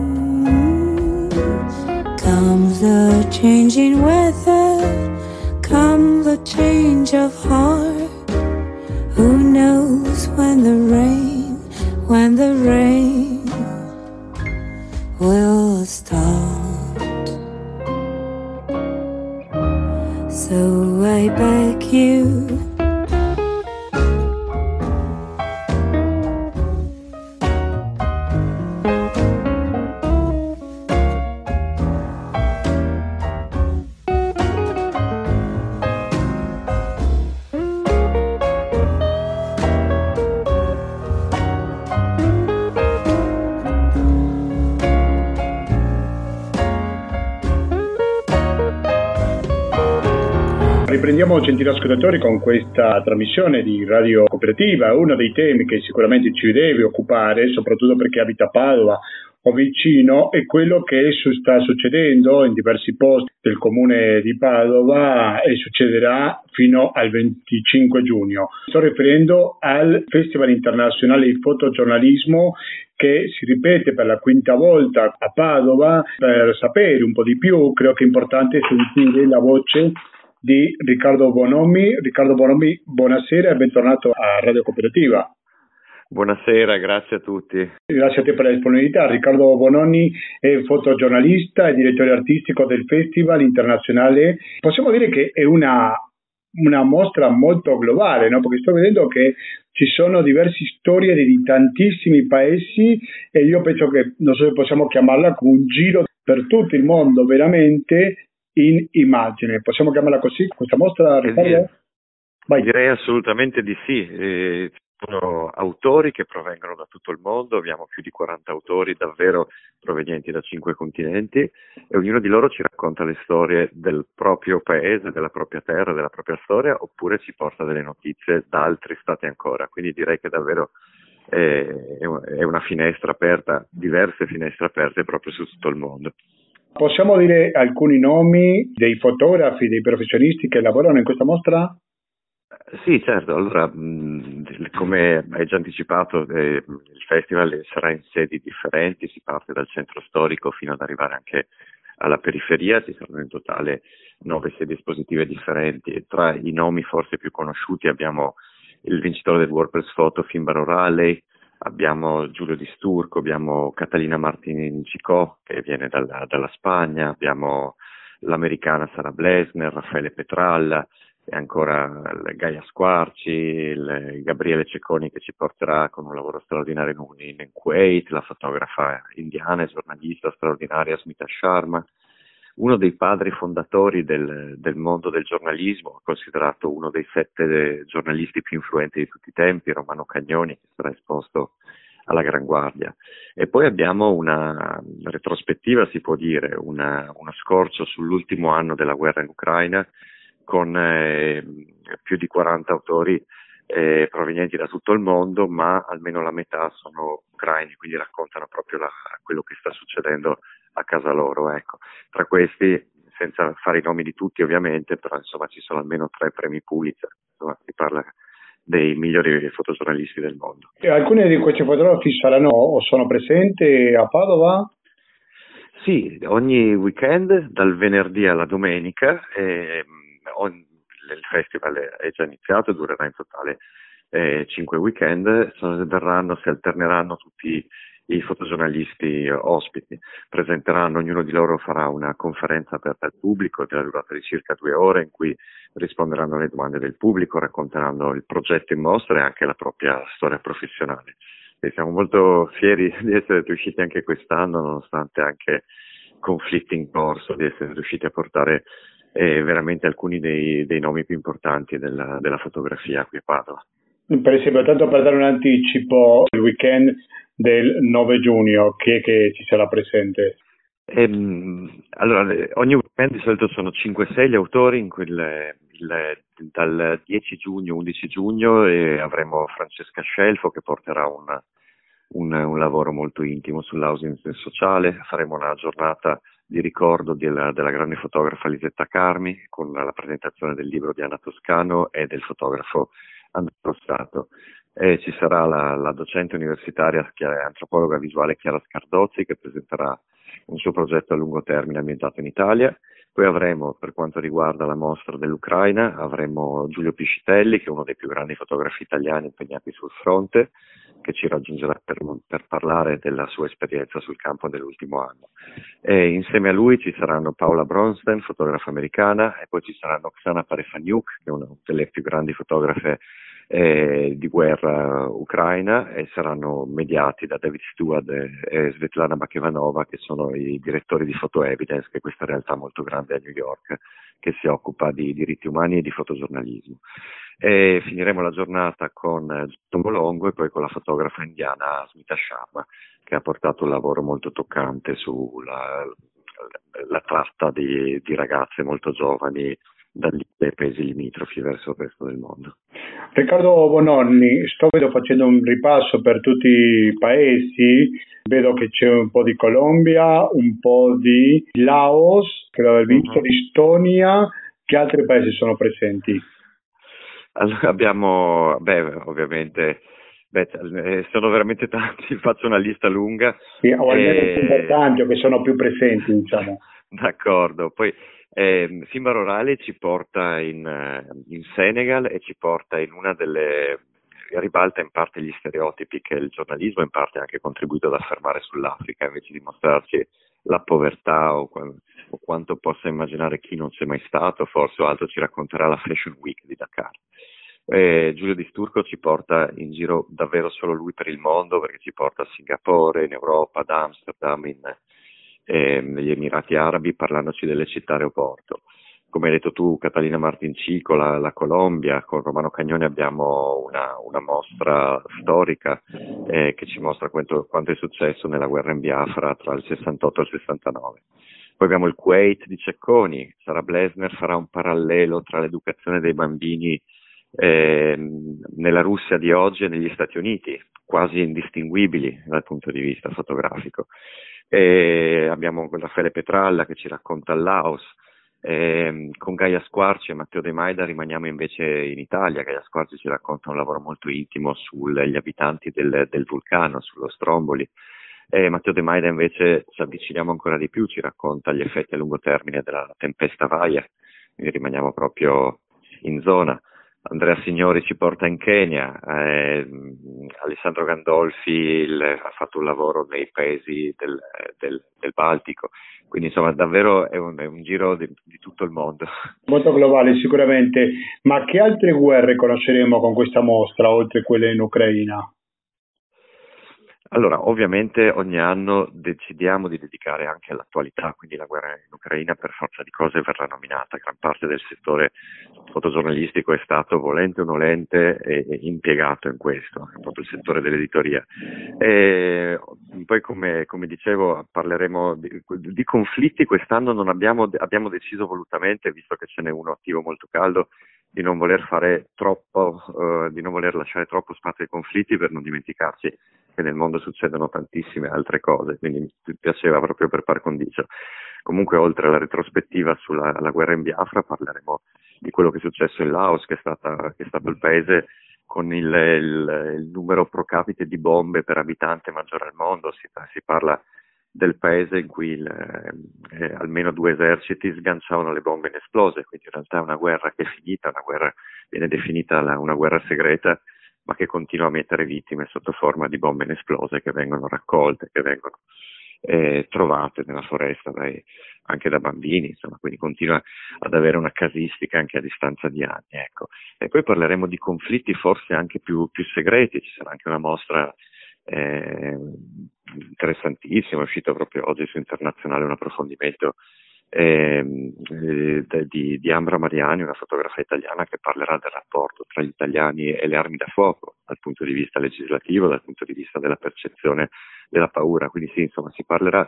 comes the changing weather, comes the change of heart. Who knows when the rain, when the rain will start? So I beg you, Riprendiamo, gentili ascoltatori, con questa trasmissione di Radio Cooperativa. Uno dei temi che sicuramente ci deve occupare, soprattutto perché abita a Padova o vicino, è quello che sta succedendo in diversi posti del comune di Padova e succederà fino al venticinque giugno. Sto riferendo al Festival Internazionale di Fotogiornalismo che si ripete per la quinta volta a Padova. Per sapere un po' di più, credo che è importante sentire la voce di Riccardo Bonomi. Riccardo Bonomi, buonasera e bentornato a Radio Cooperativa. Buonasera, grazie a tutti. Grazie a te per la disponibilità. Riccardo Bonomi è fotogiornalista e direttore artistico del Festival Internazionale. Possiamo dire che è una, una mostra molto globale, no? Perché sto vedendo che ci sono diverse storie di tantissimi paesi e io penso che, non so se possiamo chiamarla come un giro per tutto il mondo, veramente in immagine. Possiamo chiamarla così, questa mostra, Riccardo? Vai. Direi assolutamente di sì. Eh, sono autori che provengono da tutto il mondo, abbiamo più di quaranta autori davvero provenienti da cinque continenti e ognuno di loro ci racconta le storie del proprio paese, della propria terra, della propria storia, oppure ci porta delle notizie da altri stati ancora. Quindi direi che davvero è, è una finestra aperta, diverse finestre aperte proprio su tutto il mondo. Possiamo dire alcuni nomi dei fotografi, dei professionisti che lavorano in questa mostra? Sì, certo. Allora, mh, come hai già anticipato, eh, il festival sarà in sedi differenti, si parte dal centro storico fino ad arrivare anche alla periferia, ci saranno in totale nove sedi espositive differenti e tra i nomi forse più conosciuti abbiamo il vincitore del WordPress Photo Finbarr O'Reilly, abbiamo Giulio Di Sturco, abbiamo Catalina Martin-Cicò che viene dalla, dalla Spagna, abbiamo l'americana Sarah Blesner, Raffaele Petralla e ancora Gaia Squarci, il Gabriele Cecconi che ci porterà con un lavoro straordinario in, in Kuwait, la fotografa indiana e giornalista straordinaria Smita Sharma. Uno dei padri fondatori del, del mondo del giornalismo, considerato uno dei sette giornalisti più influenti di tutti i tempi, Romano Cagnoni, che sarà esposto alla Gran Guardia. E poi abbiamo una retrospettiva, si può dire, una, uno scorcio sull'ultimo anno della guerra in Ucraina, con eh, più di quaranta autori eh, provenienti da tutto il mondo, ma almeno la metà sono ucraini, quindi raccontano proprio la, quello che sta succedendo a casa loro, ecco. Tra questi, senza fare i nomi di tutti ovviamente, però insomma ci sono almeno tre premi Pulitzer, insomma si parla dei migliori fotogiornalisti del mondo. E alcuni di questi fotografi saranno o sono presenti a Padova? Sì, ogni weekend, dal venerdì alla domenica, eh, on, il festival è già iniziato, durerà in totale eh, cinque weekend, sono, verranno, si alterneranno tutti i fotogiornalisti ospiti, presenteranno, ognuno di loro farà una conferenza aperta al pubblico della durata di circa due ore in cui risponderanno alle domande del pubblico, racconteranno il progetto in mostra e anche la propria storia professionale. E siamo molto fieri di essere riusciti anche quest'anno, nonostante anche conflitti in corso, di essere riusciti a portare eh, veramente alcuni dei, dei nomi più importanti della, della fotografia qui a Padova. Per esempio, tanto per dare un anticipo, il weekend del nove giugno, chi è che ci sarà presente? Ehm, allora, le- ogni weekend di solito sono cinque sei gli autori, in quel, il- dal dieci giugno, undici giugno, e avremo Francesca Scelfo che porterà un, un, un lavoro molto intimo sull'housing sociale. Faremo una giornata di ricordo della, della grande fotografa Lisetta Carmi, con la presentazione del libro di Anna Toscano e del fotografo Andrea Rossato. E ci sarà la, la docente universitaria, Chia- antropologa visuale Chiara Scardozzi, che presenterà un suo progetto a lungo termine ambientato in Italia. Poi avremo, per quanto riguarda la mostra dell'Ucraina, avremo Giulio Piscitelli, che è uno dei più grandi fotografi italiani impegnati sul fronte, che ci raggiungerà per, per parlare della sua esperienza sul campo nell'ultimo anno. E insieme a lui ci saranno Paola Bronstein, fotografa americana, e poi ci saranno Oksana Parefaniuk, che è una delle più grandi fotografe eh, di guerra ucraina, e saranno mediati da David Stewart e, e Svetlana Bakevanova, che sono i direttori di Photo Evidence, che è questa realtà molto grande a New York che si occupa di diritti umani e di fotogiornalismo. E finiremo la giornata con Giacomo Longo e poi con la fotografa indiana Smita Sharma, che ha portato un lavoro molto toccante sulla la tratta di, di ragazze molto giovani dai paesi limitrofi verso il resto del mondo. Riccardo Bononni, sto vedo facendo un ripasso per tutti i paesi, vedo che c'è un po' di Colombia, un po' di Laos, credo aver visto, Uh-huh. Estonia, che altri paesi sono presenti? Allora, abbiamo, beh, ovviamente, beh, eh, sono veramente tanti, faccio una lista lunga. Sì, o almeno e... più importanti o che sono più presenti, diciamo. D'accordo, poi eh, Simba Rorali ci porta in, eh, in Senegal e ci porta in una delle, ribalta in parte gli stereotipi che il giornalismo in parte ha anche contribuito ad affermare sull'Africa, invece di mostrarci la povertà o, o quanto possa immaginare chi non c'è mai stato, forse o altro ci racconterà la Fashion Week di Dakar. Eh, Giulio Di Sturco ci porta in giro davvero solo lui per il mondo, perché ci porta a Singapore, in Europa, ad Amsterdam, in, eh, negli Emirati Arabi, parlandoci delle città aeroporto. Come hai detto tu, Catalina Martincico, la, la Colombia, con Romano Cagnoni abbiamo una, una mostra storica eh, che ci mostra quanto, quanto è successo nella guerra in Biafra tra il sessantotto e il sessantanove. Poi abbiamo il Kuwait di Cecconi, Sara Blesner farà un parallelo tra l'educazione dei bambini eh, nella Russia di oggi e negli Stati Uniti, quasi indistinguibili dal punto di vista fotografico. E abbiamo Raffaele Petralla che ci racconta il Laos. Eh, con Gaia Squarci e Matteo De Maida rimaniamo invece in Italia. Gaia Squarci ci racconta un lavoro molto intimo sugli abitanti del, del vulcano, sullo Stromboli. E Matteo De Maida invece ci avviciniamo ancora di più, ci racconta gli effetti a lungo termine della tempesta Vaia, quindi rimaniamo proprio in zona. Andrea Signori ci porta in Kenya, eh, Alessandro Gandolfi il, ha fatto un lavoro nei paesi del, del, del Baltico, quindi insomma davvero è un, è un giro di, di tutto il mondo. Molto globale sicuramente, ma che altre guerre conosceremo con questa mostra, oltre quelle in Ucraina? Allora, ovviamente ogni anno decidiamo di dedicare anche all'attualità, quindi la guerra in Ucraina per forza di cose verrà nominata. Gran parte del settore fotogiornalistico è stato, volente o nolente, eh, impiegato in questo, è proprio il settore dell'editoria. E poi, come, come dicevo, parleremo di, di conflitti. Quest'anno non abbiamo, abbiamo deciso volutamente, visto che ce n'è uno attivo molto caldo, di non voler fare troppo, uh, di non voler lasciare troppo spazio ai conflitti, per non dimenticarci che nel mondo succedono tantissime altre cose, quindi mi piaceva proprio per par condicio. Comunque, oltre alla retrospettiva sulla la guerra in Biafra, parleremo di quello che è successo in Laos, che è, stata, che è stato il paese con il, il, il numero pro capite di bombe per abitante maggiore al mondo. Si, si parla del paese in cui il, eh, almeno due eserciti sganciavano le bombe inesplose, quindi in realtà è una guerra che è finita, una guerra viene definita la, una guerra segreta, ma che continua a mettere vittime sotto forma di bombe inesplose che vengono raccolte, che vengono eh, trovate nella foresta dai, anche da bambini, insomma, quindi continua ad avere una casistica anche a distanza di anni. Ecco. E poi parleremo di conflitti forse anche più, più segreti, ci sarà anche una mostra Eh, interessantissimo, è uscito proprio oggi su Internazionale un approfondimento eh, eh, di, di Ambra Mariani, una fotografa italiana, che parlerà del rapporto tra gli italiani e le armi da fuoco dal punto di vista legislativo, dal punto di vista della percezione della paura. Quindi sì, insomma, si parlerà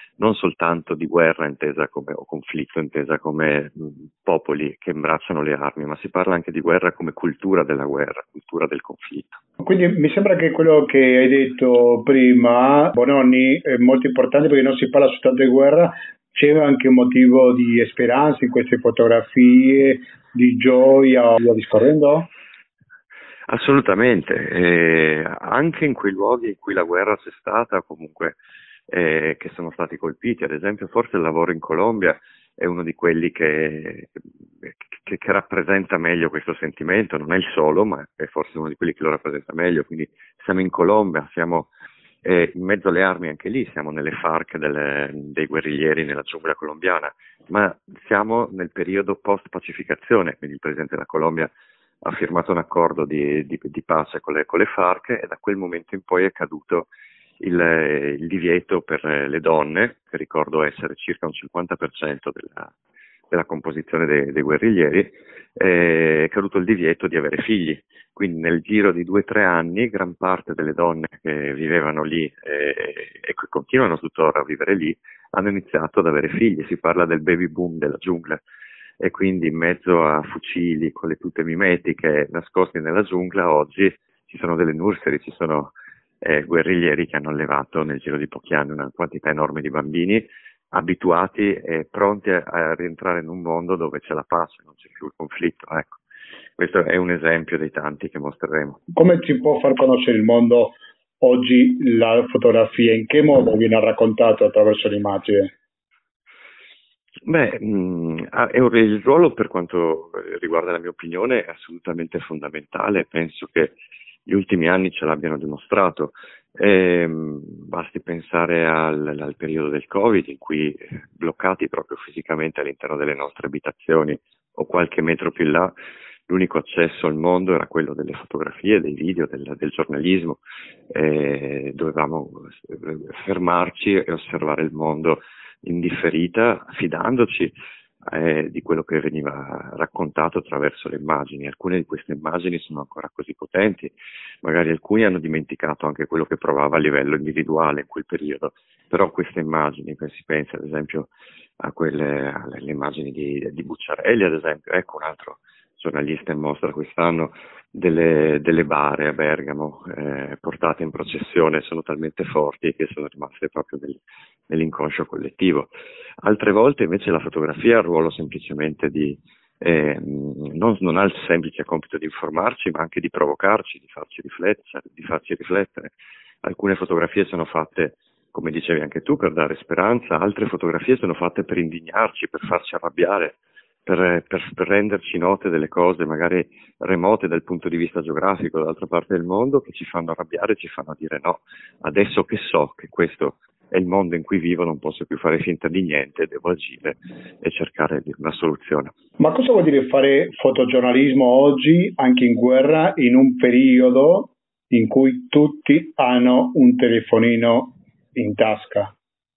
non soltanto di guerra intesa come, o conflitto intesa come mh, popoli che imbracciano le armi, ma si parla anche di guerra come cultura della guerra, cultura del conflitto. Quindi mi sembra che quello che hai detto prima, Bononni, è molto importante perché non si parla soltanto di guerra, c'è anche un motivo di speranza in queste fotografie, di gioia, via discorrendo? Assolutamente, eh, anche in quei luoghi in cui la guerra c'è stata, comunque eh, che sono stati colpiti, ad esempio forse il lavoro in Colombia è uno di quelli che, che, che rappresenta meglio questo sentimento, non è il solo, ma è forse uno di quelli che lo rappresenta meglio, quindi siamo in Colombia, siamo eh, in mezzo alle armi anche lì, siamo nelle FARC delle, dei guerriglieri nella giungla colombiana, ma siamo nel periodo post-pacificazione, quindi il presidente della Colombia ha firmato un accordo di, di, di pace con le, con le FARC e da quel momento in poi è caduto il, il divieto per le donne, che ricordo essere circa un cinquanta per cento della, della composizione dei, dei guerriglieri, è caduto il divieto di avere figli. Quindi nel giro di due o tre anni gran parte delle donne che vivevano lì eh, e che continuano tuttora a vivere lì hanno iniziato ad avere figli. Si parla del baby boom della giungla. E quindi in mezzo a fucili con le tute mimetiche nascosti nella giungla oggi ci sono delle nursery, ci sono eh, guerriglieri che hanno allevato nel giro di pochi anni una quantità enorme di bambini abituati e pronti a, a rientrare in un mondo dove c'è la pace, non c'è più il conflitto. Ecco, questo è un esempio dei tanti che mostreremo. Come si può far conoscere il mondo oggi la fotografia? In che modo viene raccontato attraverso l'immagine? Beh, mh, è un, il ruolo per quanto riguarda la mia opinione è assolutamente fondamentale, penso che gli ultimi anni ce l'abbiano dimostrato, e, mh, basti pensare al, al periodo del Covid in cui bloccati proprio fisicamente all'interno delle nostre abitazioni o qualche metro più in là, l'unico accesso al mondo era quello delle fotografie, dei video, del, del giornalismo, e dovevamo fermarci e osservare il mondo in differita, fidandoci eh, di quello che veniva raccontato attraverso le immagini. Alcune di queste immagini sono ancora così potenti, magari alcuni hanno dimenticato anche quello che provava a livello individuale in quel periodo, però queste immagini, si pensa ad esempio a quelle, alle immagini di, di Bucciarelli, ad esempio, ecco un altro giornalista in mostra quest'anno, delle, delle bare a Bergamo eh, portate in processione, sono talmente forti che sono rimaste proprio nel, nell'inconscio collettivo. Altre volte invece la fotografia ha il ruolo semplicemente di eh, non, non ha il semplice compito di informarci, ma anche di provocarci, di farci riflettere, di farci riflettere. Alcune fotografie sono fatte, come dicevi anche tu, per dare speranza, altre fotografie sono fatte per indignarci, per farci arrabbiare, Per, per, per renderci note delle cose magari remote dal punto di vista geografico dall'altra parte del mondo, che ci fanno arrabbiare, ci fanno dire no, adesso che so che questo è il mondo in cui vivo non posso più fare finta di niente, devo agire e cercare una soluzione. Ma cosa vuol dire fare fotogiornalismo oggi, anche in guerra, in un periodo in cui tutti hanno un telefonino in tasca?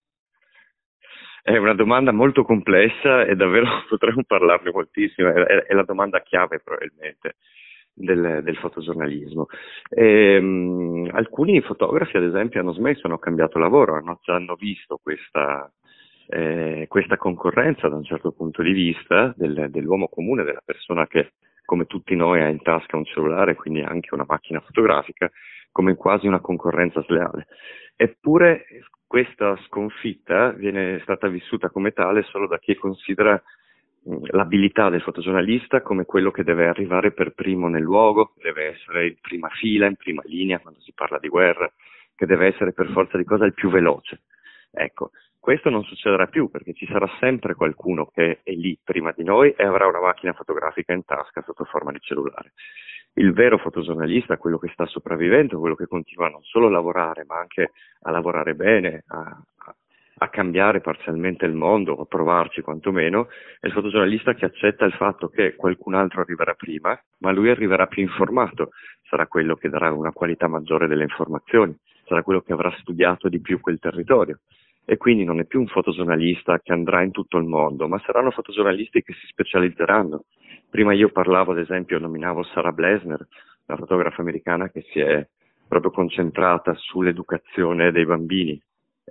È una domanda molto complessa e davvero potremmo parlarne moltissimo, è, è, è la domanda chiave probabilmente del, del fotogiornalismo. E, um, alcuni fotografi ad esempio hanno smesso, hanno cambiato lavoro, hanno già hanno visto questa, eh, questa concorrenza da un certo punto di vista del, dell'uomo comune, della persona che come tutti noi ha in tasca un cellulare, quindi anche una macchina fotografica, come quasi una concorrenza sleale. Eppure questa sconfitta viene stata vissuta come tale solo da chi considera mh, l'abilità del fotogiornalista come quello che deve arrivare per primo nel luogo, deve essere in prima fila, in prima linea quando si parla di guerra, che deve essere per forza di cosa il più veloce. Ecco, questo non succederà più perché ci sarà sempre qualcuno che è lì prima di noi e avrà una macchina fotografica in tasca sotto forma di cellulare. Il vero fotogiornalista, quello che sta sopravvivendo, quello che continua non solo a lavorare ma anche a lavorare bene, a, a, a cambiare parzialmente il mondo, a provarci quantomeno, è il fotogiornalista che accetta il fatto che qualcun altro arriverà prima, ma lui arriverà più informato, sarà quello che darà una qualità maggiore delle informazioni, sarà quello che avrà studiato di più quel territorio. E quindi non è più un fotogiornalista che andrà in tutto il mondo, ma saranno fotogiornalisti che si specializzeranno. Prima io parlavo, ad esempio, nominavo Sarah Blesner, una fotografa americana che si è proprio concentrata sull'educazione dei bambini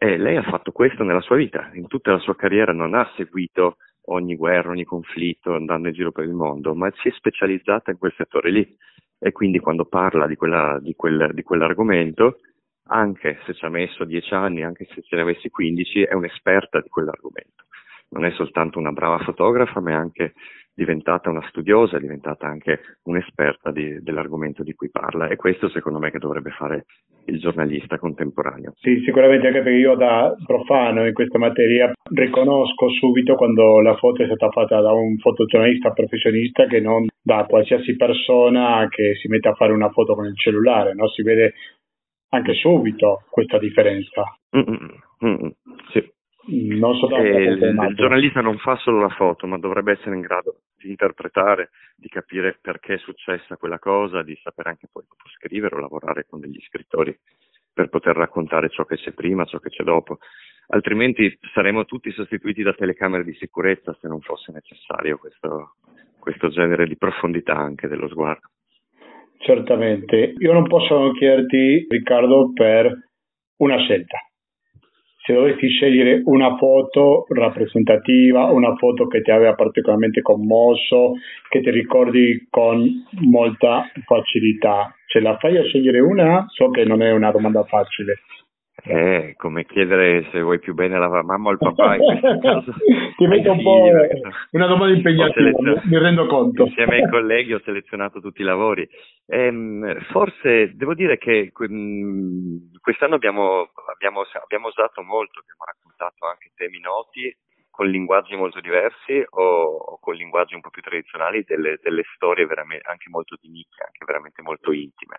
E lei ha fatto questo nella sua vita, in tutta la sua carriera non ha seguito ogni guerra, ogni conflitto andando in giro per il mondo, ma si è specializzata in quel settore lì, e quindi quando parla di, quella, di, quel, di quell'argomento, anche se ci ha messo dieci anni, anche se ce ne avessi quindici, è un'esperta di quell'argomento. Non è soltanto una brava fotografa, ma è anche diventata una studiosa, è diventata anche un'esperta di, dell'argomento di cui parla, e questo secondo me che dovrebbe fare il giornalista contemporaneo. Sì, sicuramente, anche perché io da profano in questa materia riconosco subito quando la foto è stata fatta da un fotogiornalista professionista che non da qualsiasi persona che si mette a fare una foto con il cellulare, no? Si vede anche subito questa differenza. Mm-mm, mm-mm, sì. Non soltanto il, il giornalista non fa solo la foto, ma dovrebbe essere in grado di interpretare, di capire perché è successa quella cosa, di sapere anche poi dopo scrivere o lavorare con degli scrittori per poter raccontare ciò che c'è prima, ciò che c'è dopo. Altrimenti saremo tutti sostituiti da telecamere di sicurezza se non fosse necessario questo, questo genere di profondità anche dello sguardo. Certamente. Io non posso non chiederti, Riccardo, per una scelta. Se dovessi scegliere una foto rappresentativa, una foto che ti aveva particolarmente commosso, che ti ricordi con molta facilità, ce la fai a scegliere una? So che non è una domanda facile. Eh, come chiedere se vuoi più bene la mamma o il papà in questo caso. Ti metto un po' una domanda impegnativa, mi rendo conto. Insieme ai colleghi ho selezionato tutti i lavori. Ehm, forse devo dire che mh, quest'anno abbiamo, abbiamo, abbiamo usato molto, abbiamo raccontato anche temi noti con linguaggi molto diversi o, o con linguaggi un po' più tradizionali, delle, delle storie veramente anche molto di nicchia, anche veramente molto intime.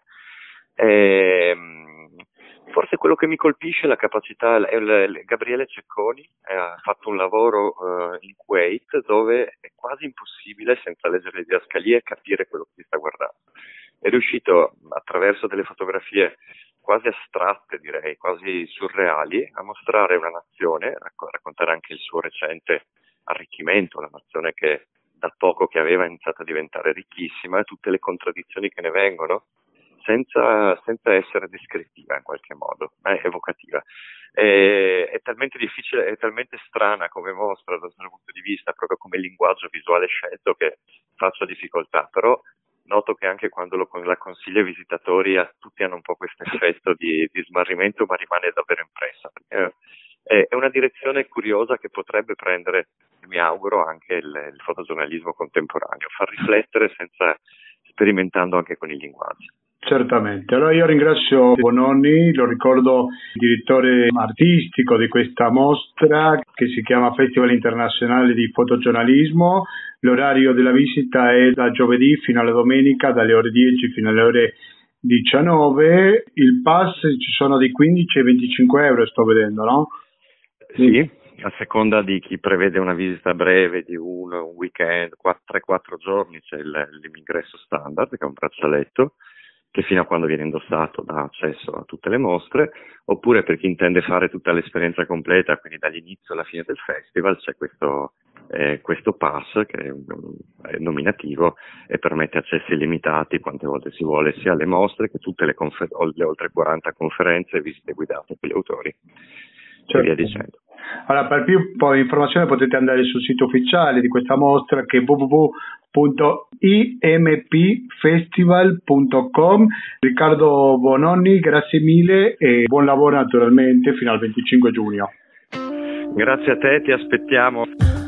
Ehm, Forse quello che mi colpisce è la capacità, è il, Gabriele Cecconi eh, ha fatto un lavoro eh, in Kuwait dove è quasi impossibile, senza leggere le didascalie, capire quello che si sta guardando. È riuscito, attraverso delle fotografie quasi astratte, direi, quasi surreali, a mostrare una nazione, a raccontare anche il suo recente arricchimento, una nazione che da poco che aveva iniziato a diventare ricchissima, e tutte le contraddizioni che ne vengono, senza, senza essere descrittiva in qualche modo, ma è evocativa. È, è talmente difficile, è talmente strana come mostra dal suo punto di vista, proprio come linguaggio visuale scelto, che faccio difficoltà, però noto che anche quando lo, la consiglio ai visitatori, a, tutti hanno un po' questo effetto di, di smarrimento, ma rimane davvero impressa. È, è una direzione curiosa che potrebbe prendere, mi auguro, anche il, il fotogiornalismo contemporaneo, far riflettere senza sperimentando anche con i linguaggi. Certamente, allora io ringrazio Bononni, lo ricordo direttore artistico di questa mostra che si chiama Festival Internazionale di Fotogiornalismo. L'orario della visita è da giovedì fino alla domenica, dalle ore dieci fino alle ore diciannove. Il pass ci sono di quindici e venticinque euro, sto vedendo, no? Sì, a seconda di chi prevede una visita breve di uno, un weekend, tre quattro giorni, c'è il, l'ingresso standard, che è un braccialetto, che fino a quando viene indossato dà accesso a tutte le mostre, oppure per chi intende fare tutta l'esperienza completa, quindi dall'inizio alla fine del festival, c'è questo, eh, questo pass che è, è nominativo e permette accessi illimitati quante volte si vuole, sia alle mostre che tutte le, confer- le oltre quaranta conferenze e visite guidate per gli autori, certo. E via dicendo. Allora, per più poi informazioni potete andare sul sito ufficiale di questa mostra, che è w w w punto i m p festival punto com. Riccardo Bononni, grazie mille e buon lavoro naturalmente fino al venticinque giugno. Grazie a te, ti aspettiamo.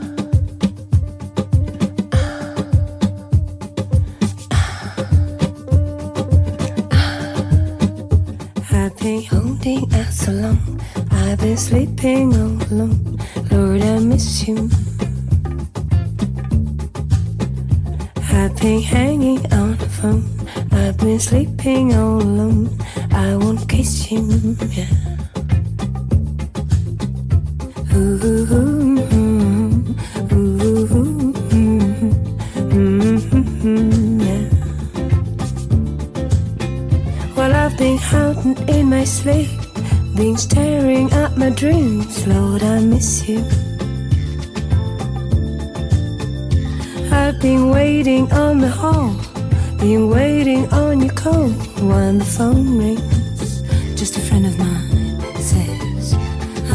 I've been holding out so long, I've been sleeping all alone, Lord I miss you. I've been hanging on the phone, I've been sleeping all alone, I won't kiss you, yeah. Ooh, ooh, ooh, ooh, ooh, ooh, yeah. Well, I've been hiding in my sleep, been staring at my dreams, Lord, I miss you. I've been waiting on the hall, been waiting on your call. When the phone rings, just a friend of mine says,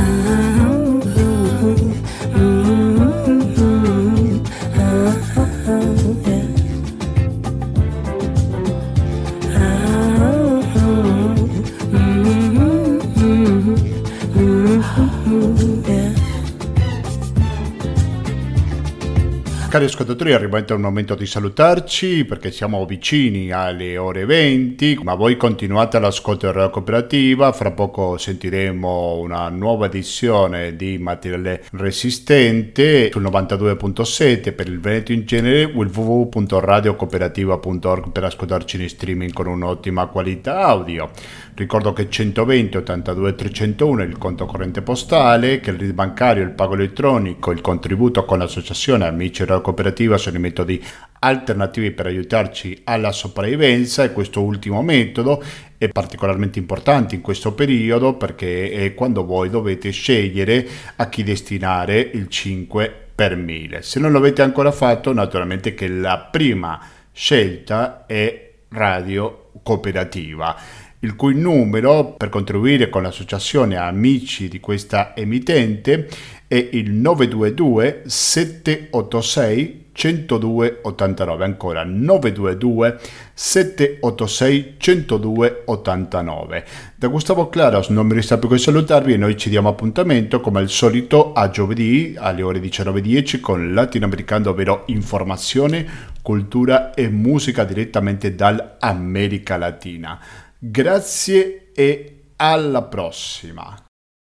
cari ascoltatori, arriva il momento di salutarci perché siamo vicini alle ore venti, ma voi continuate all'ascolto di Radio Cooperativa. Fra poco sentiremo una nuova edizione di Materiale Resistente sul novantadue virgola sette per il Veneto in genere, o il w w w punto radio cooperativa punto org per ascoltarci in streaming con un'ottima qualità audio. Ricordo che centoventi ottantadue trecentouno è il conto corrente postale, che il R I D bancario, il pago elettronico, il contributo con l'associazione Amici della Cooperativa sono i metodi alternativi per aiutarci alla sopravvivenza, e questo ultimo metodo è particolarmente importante in questo periodo perché è quando voi dovete scegliere a chi destinare il cinque per mille. Se non l'avete ancora fatto, naturalmente che la prima scelta è Radio Cooperativa, il cui numero per contribuire con l'associazione Amici di questa emittente è il nove due due sette otto sei uno zero due otto nove, ancora nove due due sette otto sei uno zero due otto nove. Da Gustavo Claros non mi resta più che salutarvi e noi ci diamo appuntamento come al solito a giovedì alle ore diciannove e dieci con Latinoamericano, ovvero informazione, cultura e musica direttamente dall'America Latina. Grazie e alla prossima.